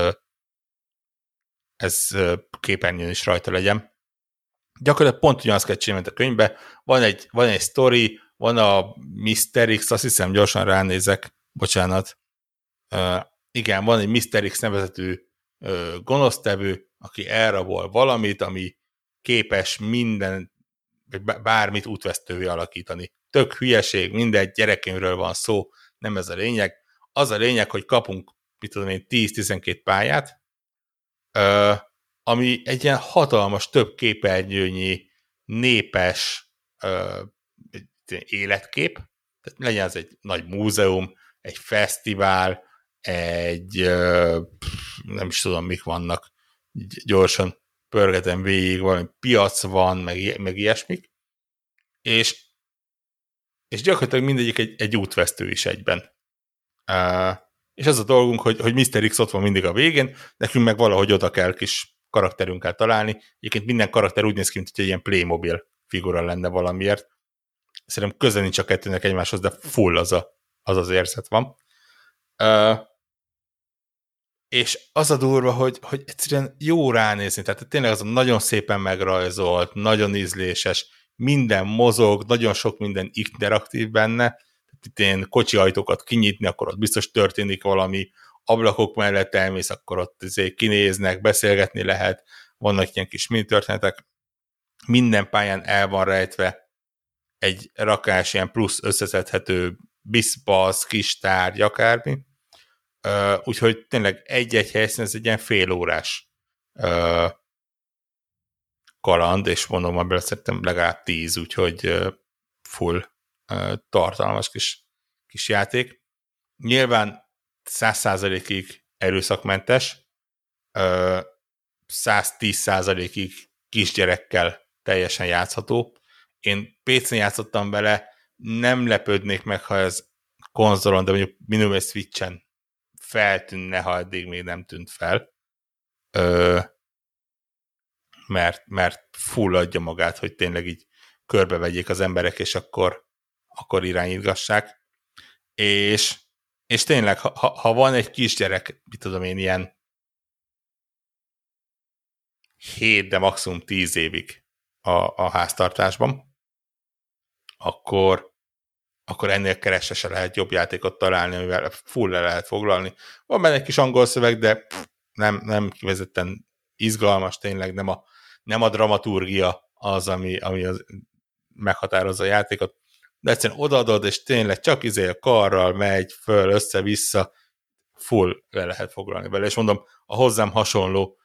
ez képernyőn is rajta legyen. Gyakorlatilag pont ugyanazt kell csinálni, mint a könyvben. Van egy sztori, van a Mr. X, azt hiszem gyorsan ránézek, bocsánat. Igen, van egy Mr. X nevezetű gonosztevő, aki elrabol valamit, ami képes minden, bármit útvesztővé alakítani. Tök hülyeség, mindegy, gyerekkönyvről van szó, nem ez a lényeg. Az a lényeg, hogy kapunk, 10-12 pályát, ami egy ilyen hatalmas, több képernyőnyi, népes életkép. Tehát legyen ez egy nagy múzeum, egy fesztivál, egy nem is tudom, mik vannak, gyorsan pörgetem végig, valami piac van, meg ilyesmik, és gyakorlatilag mindegyik egy útvesztő is egyben. És az a dolgunk, hogy Mr. X ott van mindig a végén, nekünk meg valahogy oda kell kis karakterünkkel találni. Egyébként minden karakter úgy néz ki, mint hogy egy ilyen Playmobil figura lenne valamiért. Szerintem közel nincs a kettőnek egymáshoz, de full az érzet van. És az a durva, hogy egyszerűen jó ránézni, tehát tényleg az nagyon szépen megrajzolt, nagyon ízléses, minden mozog, nagyon sok minden interaktív benne, itt én kocsi ajtókat kinyitni, akkor ott biztos történik valami, ablakok mellett elmész, akkor ott kinéznek, beszélgetni lehet, vannak ilyen kis mini történetek, minden pályán el van rejtve egy rakás ilyen plusz összeszedhető biszbasz, kis tárgy, akármi, úgyhogy tényleg egy-egy helyszín, ez egy ilyen félórás kaland, és mondom, abban szerintem legalább 10, úgyhogy full tartalmas kis játék. Nyilván 100%-ig erőszakmentes, 110%-ig kisgyerekkel teljesen játszható. Én PC-n játszottam vele, nem lepődnék meg, ha ez konzolon, de mondjuk minimum Switchen feltűnne, ha eddig még nem tűnt fel. Mert full adja magát, hogy tényleg így körbevegyék az emberek, és akkor irányítgassák. És tényleg, ha van egy kisgyerek, mit tudom én, ilyen 7, de maximum 10 évig a háztartásban, akkor ennél keresve se lehet jobb játékot találni, amivel full le lehet foglalni. Van benne egy kis angol szöveg, de nem kifejezetten izgalmas, tényleg nem a dramaturgia az, ami az meghatározza a játékot, de egyszerűen odaadod, és tényleg csak a karral megy föl, össze-vissza, full le lehet foglalni vele, és mondom, a hozzám hasonló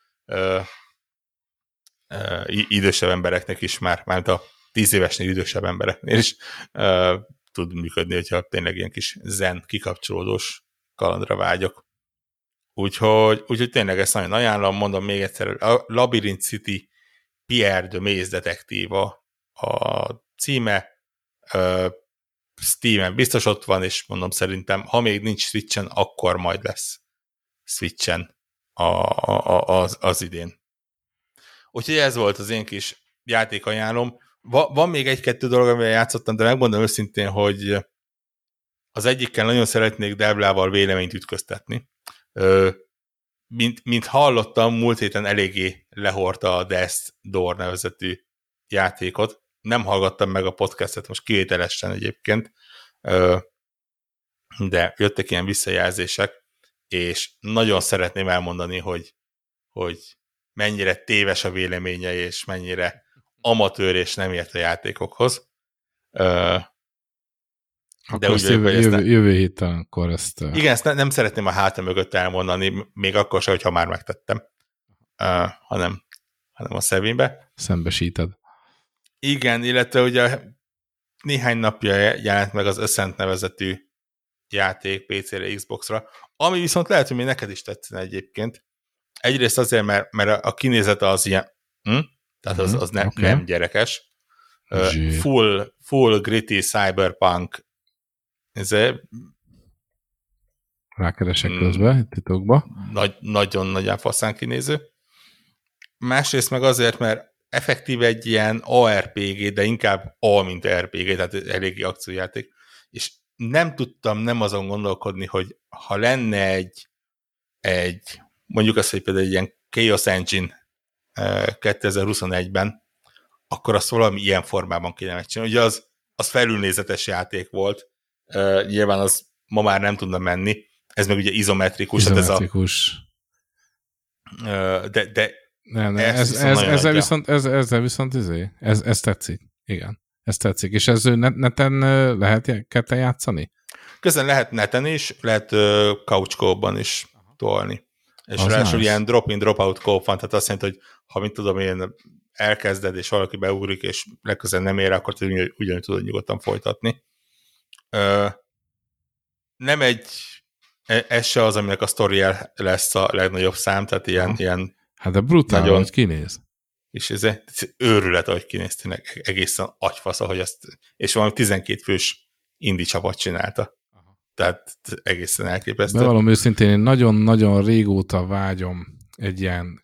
idősebb embereknek is már a 10 évesnél idősebb embereknél is tud működni, hogyha tényleg ilyen kis zen kikapcsolódós kalandra vágyok. Úgyhogy tényleg ezt nagyon ajánlom, mondom még egyszer, a Labyrinth City Pierre de Maze detektíva a címe, Steam-en biztos ott van, és mondom szerintem, ha még nincs Switchen, akkor majd lesz Switchen az idén. Úgyhogy ez volt az én kis játékajánlom. Van még egy-kettő dolog, amivel játszottam, de megmondom őszintén, hogy az egyikkel nagyon szeretnék Devlával véleményt ütköztetni. Mint hallottam, múlt héten eléggé lehordta a Death's Door nevezetű játékot. Nem hallgattam meg a podcastet, most kivételesen egyébként, de jöttek ilyen visszajelzések, és nagyon szeretném elmondani, hogy mennyire téves a véleménye, és mennyire amatőr, és nem ért a játékokhoz. De úgy jövő héten akkor ezt... Igen, ezt nem szeretném a hátam mögött elmondani, még akkor sem, hogyha már megtettem, hanem a szemébe. Szembesíted. Igen, illetve ugye néhány napja jelent meg az Ascent nevezetű játék PC-re, Xbox-ra, ami viszont lehet, hogy még neked is tetszene egyébként. Egyrészt azért, mert a kinézete az ilyen, tehát az nem gyerekes. Full gritty cyberpunk. Rákeresek közben, titokba. Nagyon faszán kinéző. Másrészt meg azért, mert effektív egy ilyen ARPG, de inkább A, mint RPG, tehát eléggé akciójáték. És nem tudtam nem azon gondolkodni, hogy ha lenne egy mondjuk azt, hogy például egy ilyen Chaos Engine 2021-ben, akkor azt valami ilyen formában kéne megcsinálni. Ugye az felülnézetes játék volt, nyilván az ma már nem tudna menni, ez meg ugye izometrikus. Izometrikus. De ezzel viszont ez tetszik. Igen, ez tetszik. És ez neten lehet ketten játszani? Közben lehet neten is, lehet couch co-ban is tolni. És ráadásul ilyen drop-in, drop-out co-op van, tehát azt jelenti, hogy ha mit tudom én elkezded, és valaki beugrik, és legközelebb nem ér, akkor ugyanúgy tudod nyugodtan folytatni. Nem ez se az, aminek a sztoria lesz a legnagyobb szám, tehát ilyen hát de brutál, nagyon, hogy kinéz. És ez őrület, ahogy kinéz, tényleg egészen agyfasza, hogy ezt, és valami 12 fős indie csapat csinálta. Tehát egészen elképesztő. Bevallom őszintén, én nagyon-nagyon régóta vágyom egy ilyen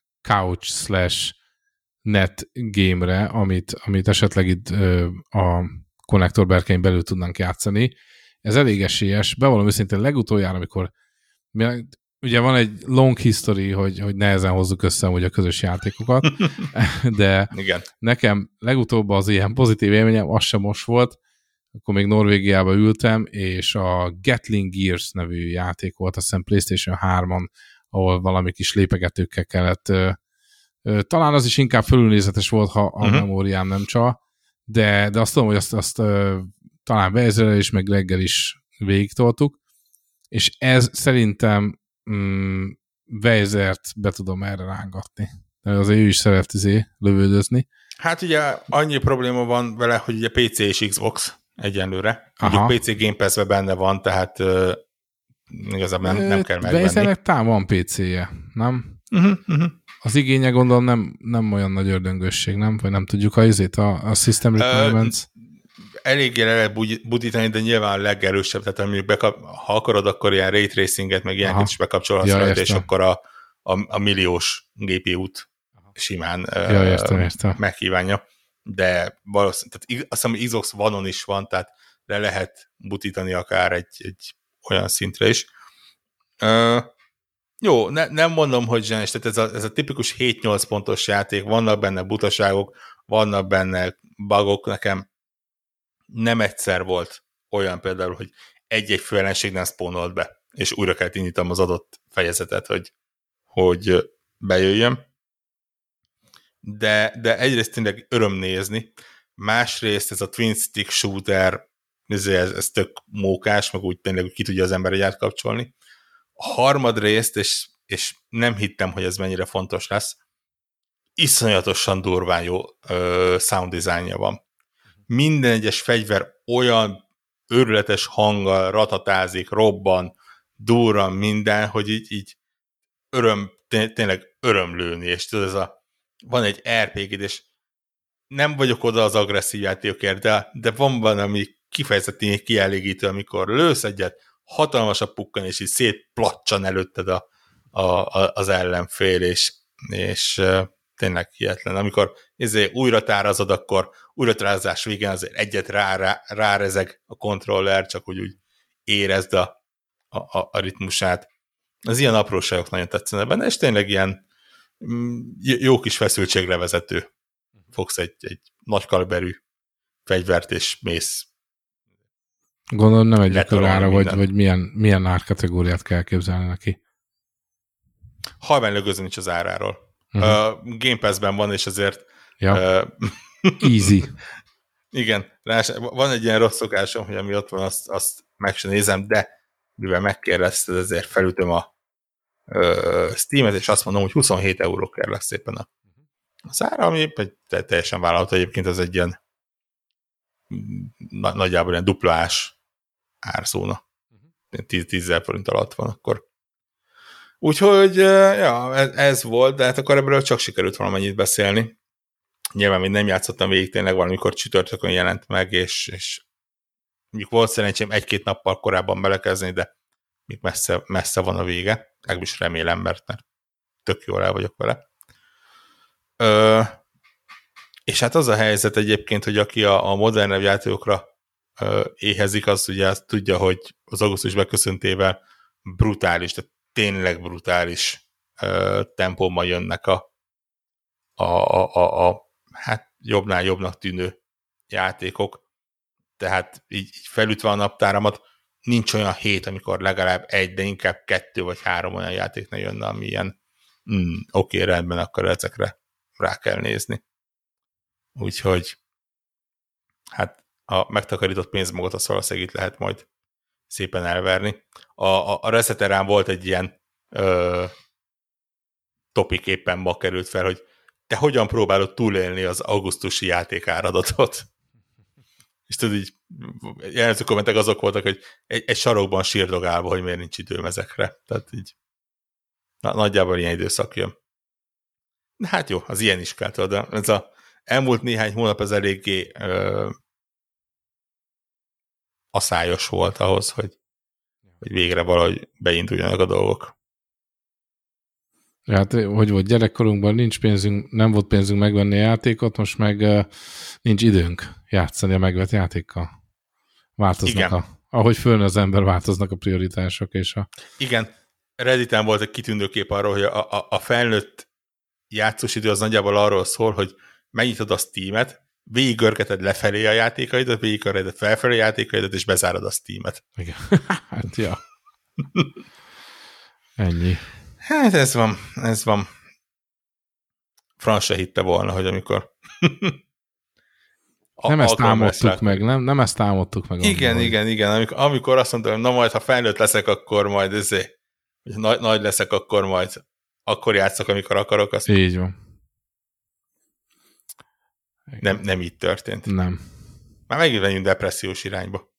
couch/net game-re, amit esetleg itt a konnektorberkein belül tudnánk játszani. Ez elég esélyes. Bevallom őszintén, legutoljára, amikor ugye van egy long history, hogy nehezen hozzuk össze hogy a közös játékokat, de igen. Nekem legutóbb az ilyen pozitív élményem, az sem most volt, akkor még Norvégiába ültem, és a Gatling Gears nevű játék volt, azt hiszem PlayStation 3-on, ahol valami kis lépegetőkkel kellett, talán az is inkább fölülnézetes volt, ha a memóriám nem csal, de azt tudom, hogy azt talán Vezerrel is, meg reggel is végigtoltuk, és ez szerintem Vezert be tudom erre rángatni. Azért ő is szeret lövődözni. Hát ugye annyi probléma van vele, hogy ugye PC és Xbox egyenlőre. Ugye PC Game Pass-ben benne van, tehát igazából nem kell megvenni. Vezernek van PC-je, nem? Az igénye gondolom nem olyan nagy ördöngösség, nem? Vagy nem tudjuk a System Requirements? Eléggé le lehet budítani, de nyilván a legerősebb, tehát mondjuk ha akarod, akkor ilyen ray tracinget, meg ilyenket is bekapcsolhatsz rajta, és akkor a milliós GPU-t simán értem. megkívánja. De valószínűleg, tehát azt hiszem, hogy Xbox One-on is van, tehát le lehet butítani akár egy olyan szintre is. Jó, nem mondom, hogy zsenes, tehát ez a tipikus 7-8 pontos játék, vannak benne butaságok, vannak benne bugok, nekem nem egyszer volt olyan például, hogy egy-egy főellenség nem spawnolt be, és újra kellett indítanom az adott fejezetet, hogy bejöjjön. De egyrészt tényleg öröm nézni, másrészt ez a twin stick shooter, ez tök mókás, meg úgy tényleg ki tudja az ember egy átkapcsolni. A harmadrészt, és nem hittem, hogy ez mennyire fontos lesz, iszonyatosan durván jó sound designja van. Minden egyes fegyver olyan őrületes hanggal ratatázik, robban, durran minden, hogy így tényleg örömlőni, és tudod, van egy RPG-d, és nem vagyok oda az agresszív játékokért, de van valami kifejezetten kielégítő, amikor lősz egyet, hatalmas a pukkan, és így szétplacsan előtted az ellenfél, és tényleg hihetlen. Amikor újra tárazod, akkor újratározás végén azért egyet rárezeg a kontroller, csak úgy érezd a ritmusát. Az ilyen apróságok nagyon tetszenek benne, és tényleg ilyen jó kis feszültségre vezető. Fogsz egy nagy kaliberű fegyvert, és mész. Gondolom nem egy akkorára, vagy milyen árkategóriát kell képzelni neki. Halvány lögözön is az áráról. Game Pass-ben van, és azért easy. Igen, van egy ilyen rossz szokásom, hogy ami ott van, azt meg sem nézem, de mivel megkérdezted, ezért felütöm a Steam-et, és azt mondom, hogy 27 euró kell szépen az ára, ami teljesen vállalható egyébként, az egy ilyen nagyjából ilyen duplás árszóna. 10 forint alatt van akkor. Úgyhogy, ja, ez volt, de hát akkor ebből csak sikerült valamennyit beszélni. Nyilván még nem játszottam végig, tényleg valamikor csütörtökön jelent meg, és mondjuk volt szerencsém 1-2 nappal korábban belekezdeni, de még messze van a vége. Legalábbis remélem, mert tök jól el vagyok vele. És hát az a helyzet egyébként, hogy aki a modernebb játékokra éhezik, az ugye azt tudja, hogy az augusztus beköszöntével brutális, de tényleg brutális tempóban jönnek hát jobbnál jobbnak tűnő játékok. Tehát így felütve a naptáramat, nincs olyan hét, amikor legalább 1, de inkább 2 vagy 3 olyan játék ne jönne, ami ilyen oké, rendben, akkor ezekre rá kell nézni. Úgyhogy hát a megtakarított pénzmagot azt valószínűleg itt lehet majd szépen elverni. A Reseterán volt egy ilyen topik, éppen ma került fel, hogy te hogyan próbálod túlélni az augusztusi játékáradatot? És tudod, így jelentő kommentek azok voltak, hogy egy sarokban sírdogálva, hogy miért nincs időm ezekre. Tehát így nagyjából ilyen időszak jön. De hát jó, az ilyen is kell, tudod. Ez az elmúlt néhány hónap az eléggé aszályos volt ahhoz, hogy végre valahogy beinduljanak a dolgok. Hát, hogy volt gyerekkorunkban, nincs pénzünk, nem volt pénzünk megvenni a játékot, most meg nincs időnk játszani a megvett játékkal. Változnak ahogy fölnő az ember, változnak a prioritások. És Igen, Redditen volt egy kitűnő kép arról, hogy a felnőtt játszós idő az nagyjából arról szól, hogy megnyitod a Steam-et, végigörgeted lefelé a játékaidat, végigörgeted felfelé a játékaidat, és bezárod a Steam-et. Igen. Hát, ja. Ennyi. Hát ez van. Franz se hitte volna, hogy amikor... nem ezt támadtuk meg, nem ezt támadtuk meg. Igen. Amikor azt mondtam, hogy na majd, ha felnőtt leszek, akkor majd nagy leszek, akkor majd akkor játszok, amikor akarok. Azt így van. Nem így történt. Nem. Már megint venjünk depressziós irányba.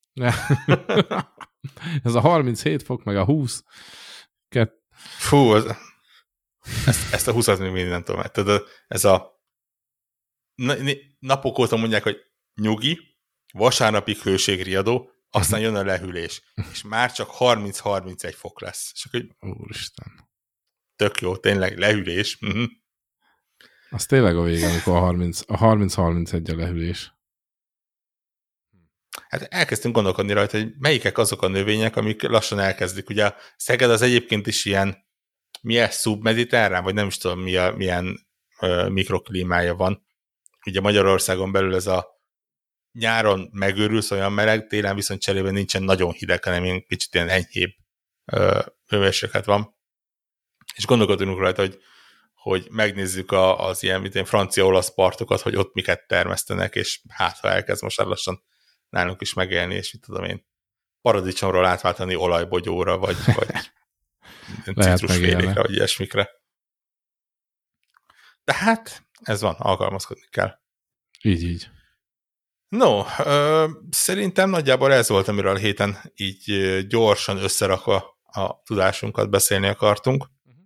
Ez a 37 fok, meg a 20. Fú, ezt a 20-at még mindig nem tudom. Tudod, ez a napok óta mondják, hogy nyugi, vasárnapig hőségriadó, aztán jön a lehűlés. És már csak 30-31 fok lesz. És akkor, úristen. Tök jó, tényleg lehűlés. Az tényleg a vége, amikor a 30-31 a lehűlés. Hát elkezdtünk gondolkodni rajta, hogy melyikek azok a növények, amik lassan elkezdik. Ugye a Szeged az egyébként is ilyen milyen szubmediterrán, vagy nem is tudom milyen mikroklímája van. Ugye Magyarországon belül ez a nyáron megőrülsz, olyan meleg, télen viszont cserében nincsen nagyon hideg, hanem ilyen kicsit ilyen enyhébb hőmérséklet van. És gondolkodunk rajta, hogy megnézzük az ilyen francia-olasz partokat, hogy ott miket termesztenek, és hát ha elkezd most lassan nálunk is megélni, és mit tudom én, paradicsomról átváltani olajbogyóra, vagy citrusfélékre, vagy ilyesmikre. De hát ez van, alkalmazkodni kell. Így. No, szerintem nagyjából ez volt, amiről a héten így gyorsan összerakva a tudásunkat beszélni akartunk.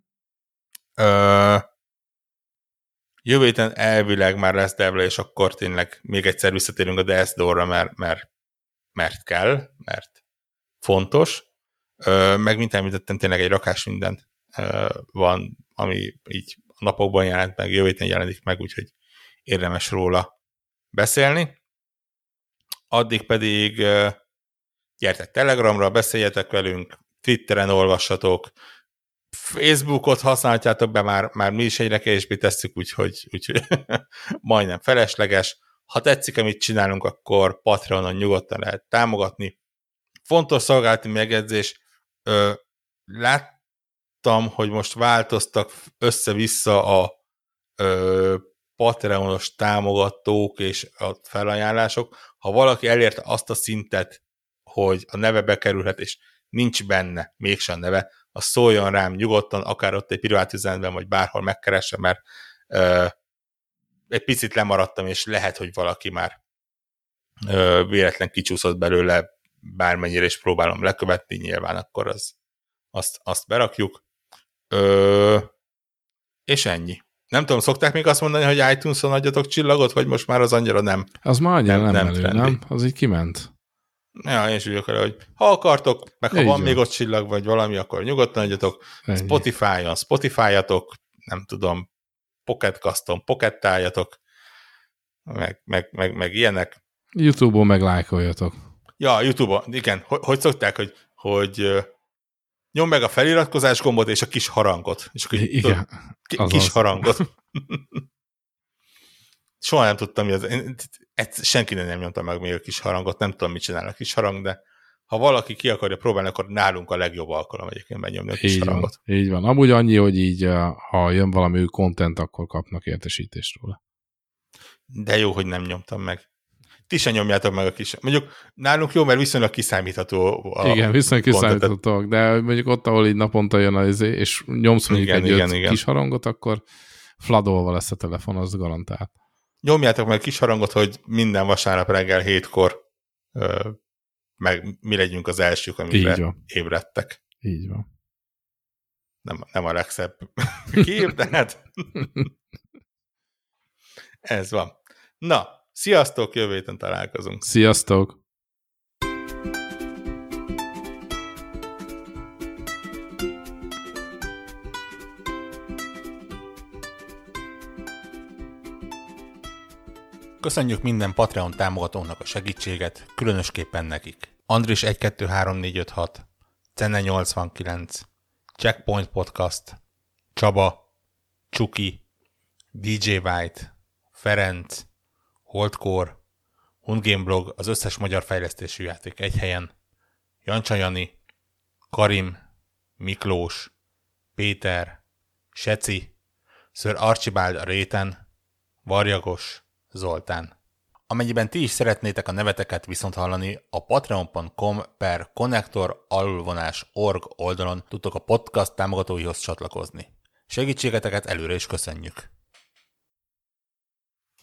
Jövő héten elvileg már lesz Devla, és akkor tényleg még egyszer visszatérünk a Death Door-ra, mert kell, mert fontos. Meg mint említettem, tényleg egy rakás minden van, ami így a napokban jelent meg, jövő héten jelenik meg, úgyhogy érdemes róla beszélni. Addig pedig gyertek Telegramra, beszéljetek velünk, Twitteren olvassatok, Facebookot használjátok be, már mi is egyre kevésbé tesszük, úgyhogy majdnem felesleges. Ha tetszik, amit csinálunk, akkor Patreonon nyugodtan lehet támogatni. Fontos szolgálati megjegyzés, láttam, hogy most változtak össze-vissza a Patreonos támogatók és a felajánlások. Ha valaki elérte azt a szintet, hogy a neve bekerülhet, és nincs benne mégsem neve, az szóljon rám nyugodtan, akár ott egy privát üzenetben, vagy bárhol megkeresse, mert egy picit lemaradtam, és lehet, hogy valaki már véletlen kicsúszott belőle, bármennyire is próbálom lekövetni, nyilván akkor azt berakjuk. És ennyi. Nem tudom, szokták még azt mondani, hogy iTunes-on adjatok csillagot, vagy most már az annyira nem? Az már annyira nem elő, nem? Az így kiment. Ja, én is úgy akarok, hogy ha akartok, meg ha van még ott csillag, vagy valami, akkor nyugodtan adjatok. Spotify-on Spotify-jatok, nem tudom, Pocketcaston Pockettáljatok, meg ilyenek. YouTube-on meg lájkoljatok. Ja, YouTube-on, igen. Hogy szokták, hogy nyomd meg a feliratkozás gombot és a kis harangot. És akkor igen, kis harangot. Soha nem tudtam, hogy senki nem nyomta meg még a kis harangot, nem tudom, mit csinál a kis harang, de ha valaki ki akarja próbálni, akkor nálunk a legjobb alkalom egyébként megnyomni a kis harangot. Így van. Amúgy annyi, hogy így, ha jön valami új content, akkor kapnak értesítést róla. De jó, hogy nem nyomtam meg. Ti sem nyomjátok meg a kis... Mondjuk nálunk jó, mert viszonylag kiszámítható igen, viszonylag kiszámíthatóak, de mondjuk ott, ahol így naponta jön az és nyomsz mondjuk egy kis harangot, akkor fladolva lesz a telefon, az garantált. Nyomjátok meg a kis harangot, hogy minden vasárnap reggel 7-kor meg mi legyünk az elsők, amire ébredtek. Így van. Nem a legszebb kép, de hát ez van. Na, sziasztok, jövő héten találkozunk. Sziasztok! Köszönjük minden Patreon támogatónak a segítséget, különösképpen nekik. Andris 1, 2, 3, 4, 5, 6, Cenne 89, Checkpoint Podcast, Csaba, Csuki, DJ White, Ferenc, Holdcore, Hundgame Blog, az összes magyar fejlesztésű játék egy helyen, Jancsa Jani, Karim, Miklós, Péter, Seci, Sir Archibald a réten, Varjagos, Zoltán. Amennyiben ti is szeretnétek a neveteket viszont hallani, a patreon.com/connector_org oldalon tudtok a podcast támogatóihoz csatlakozni. Segítségeteket előre is köszönjük!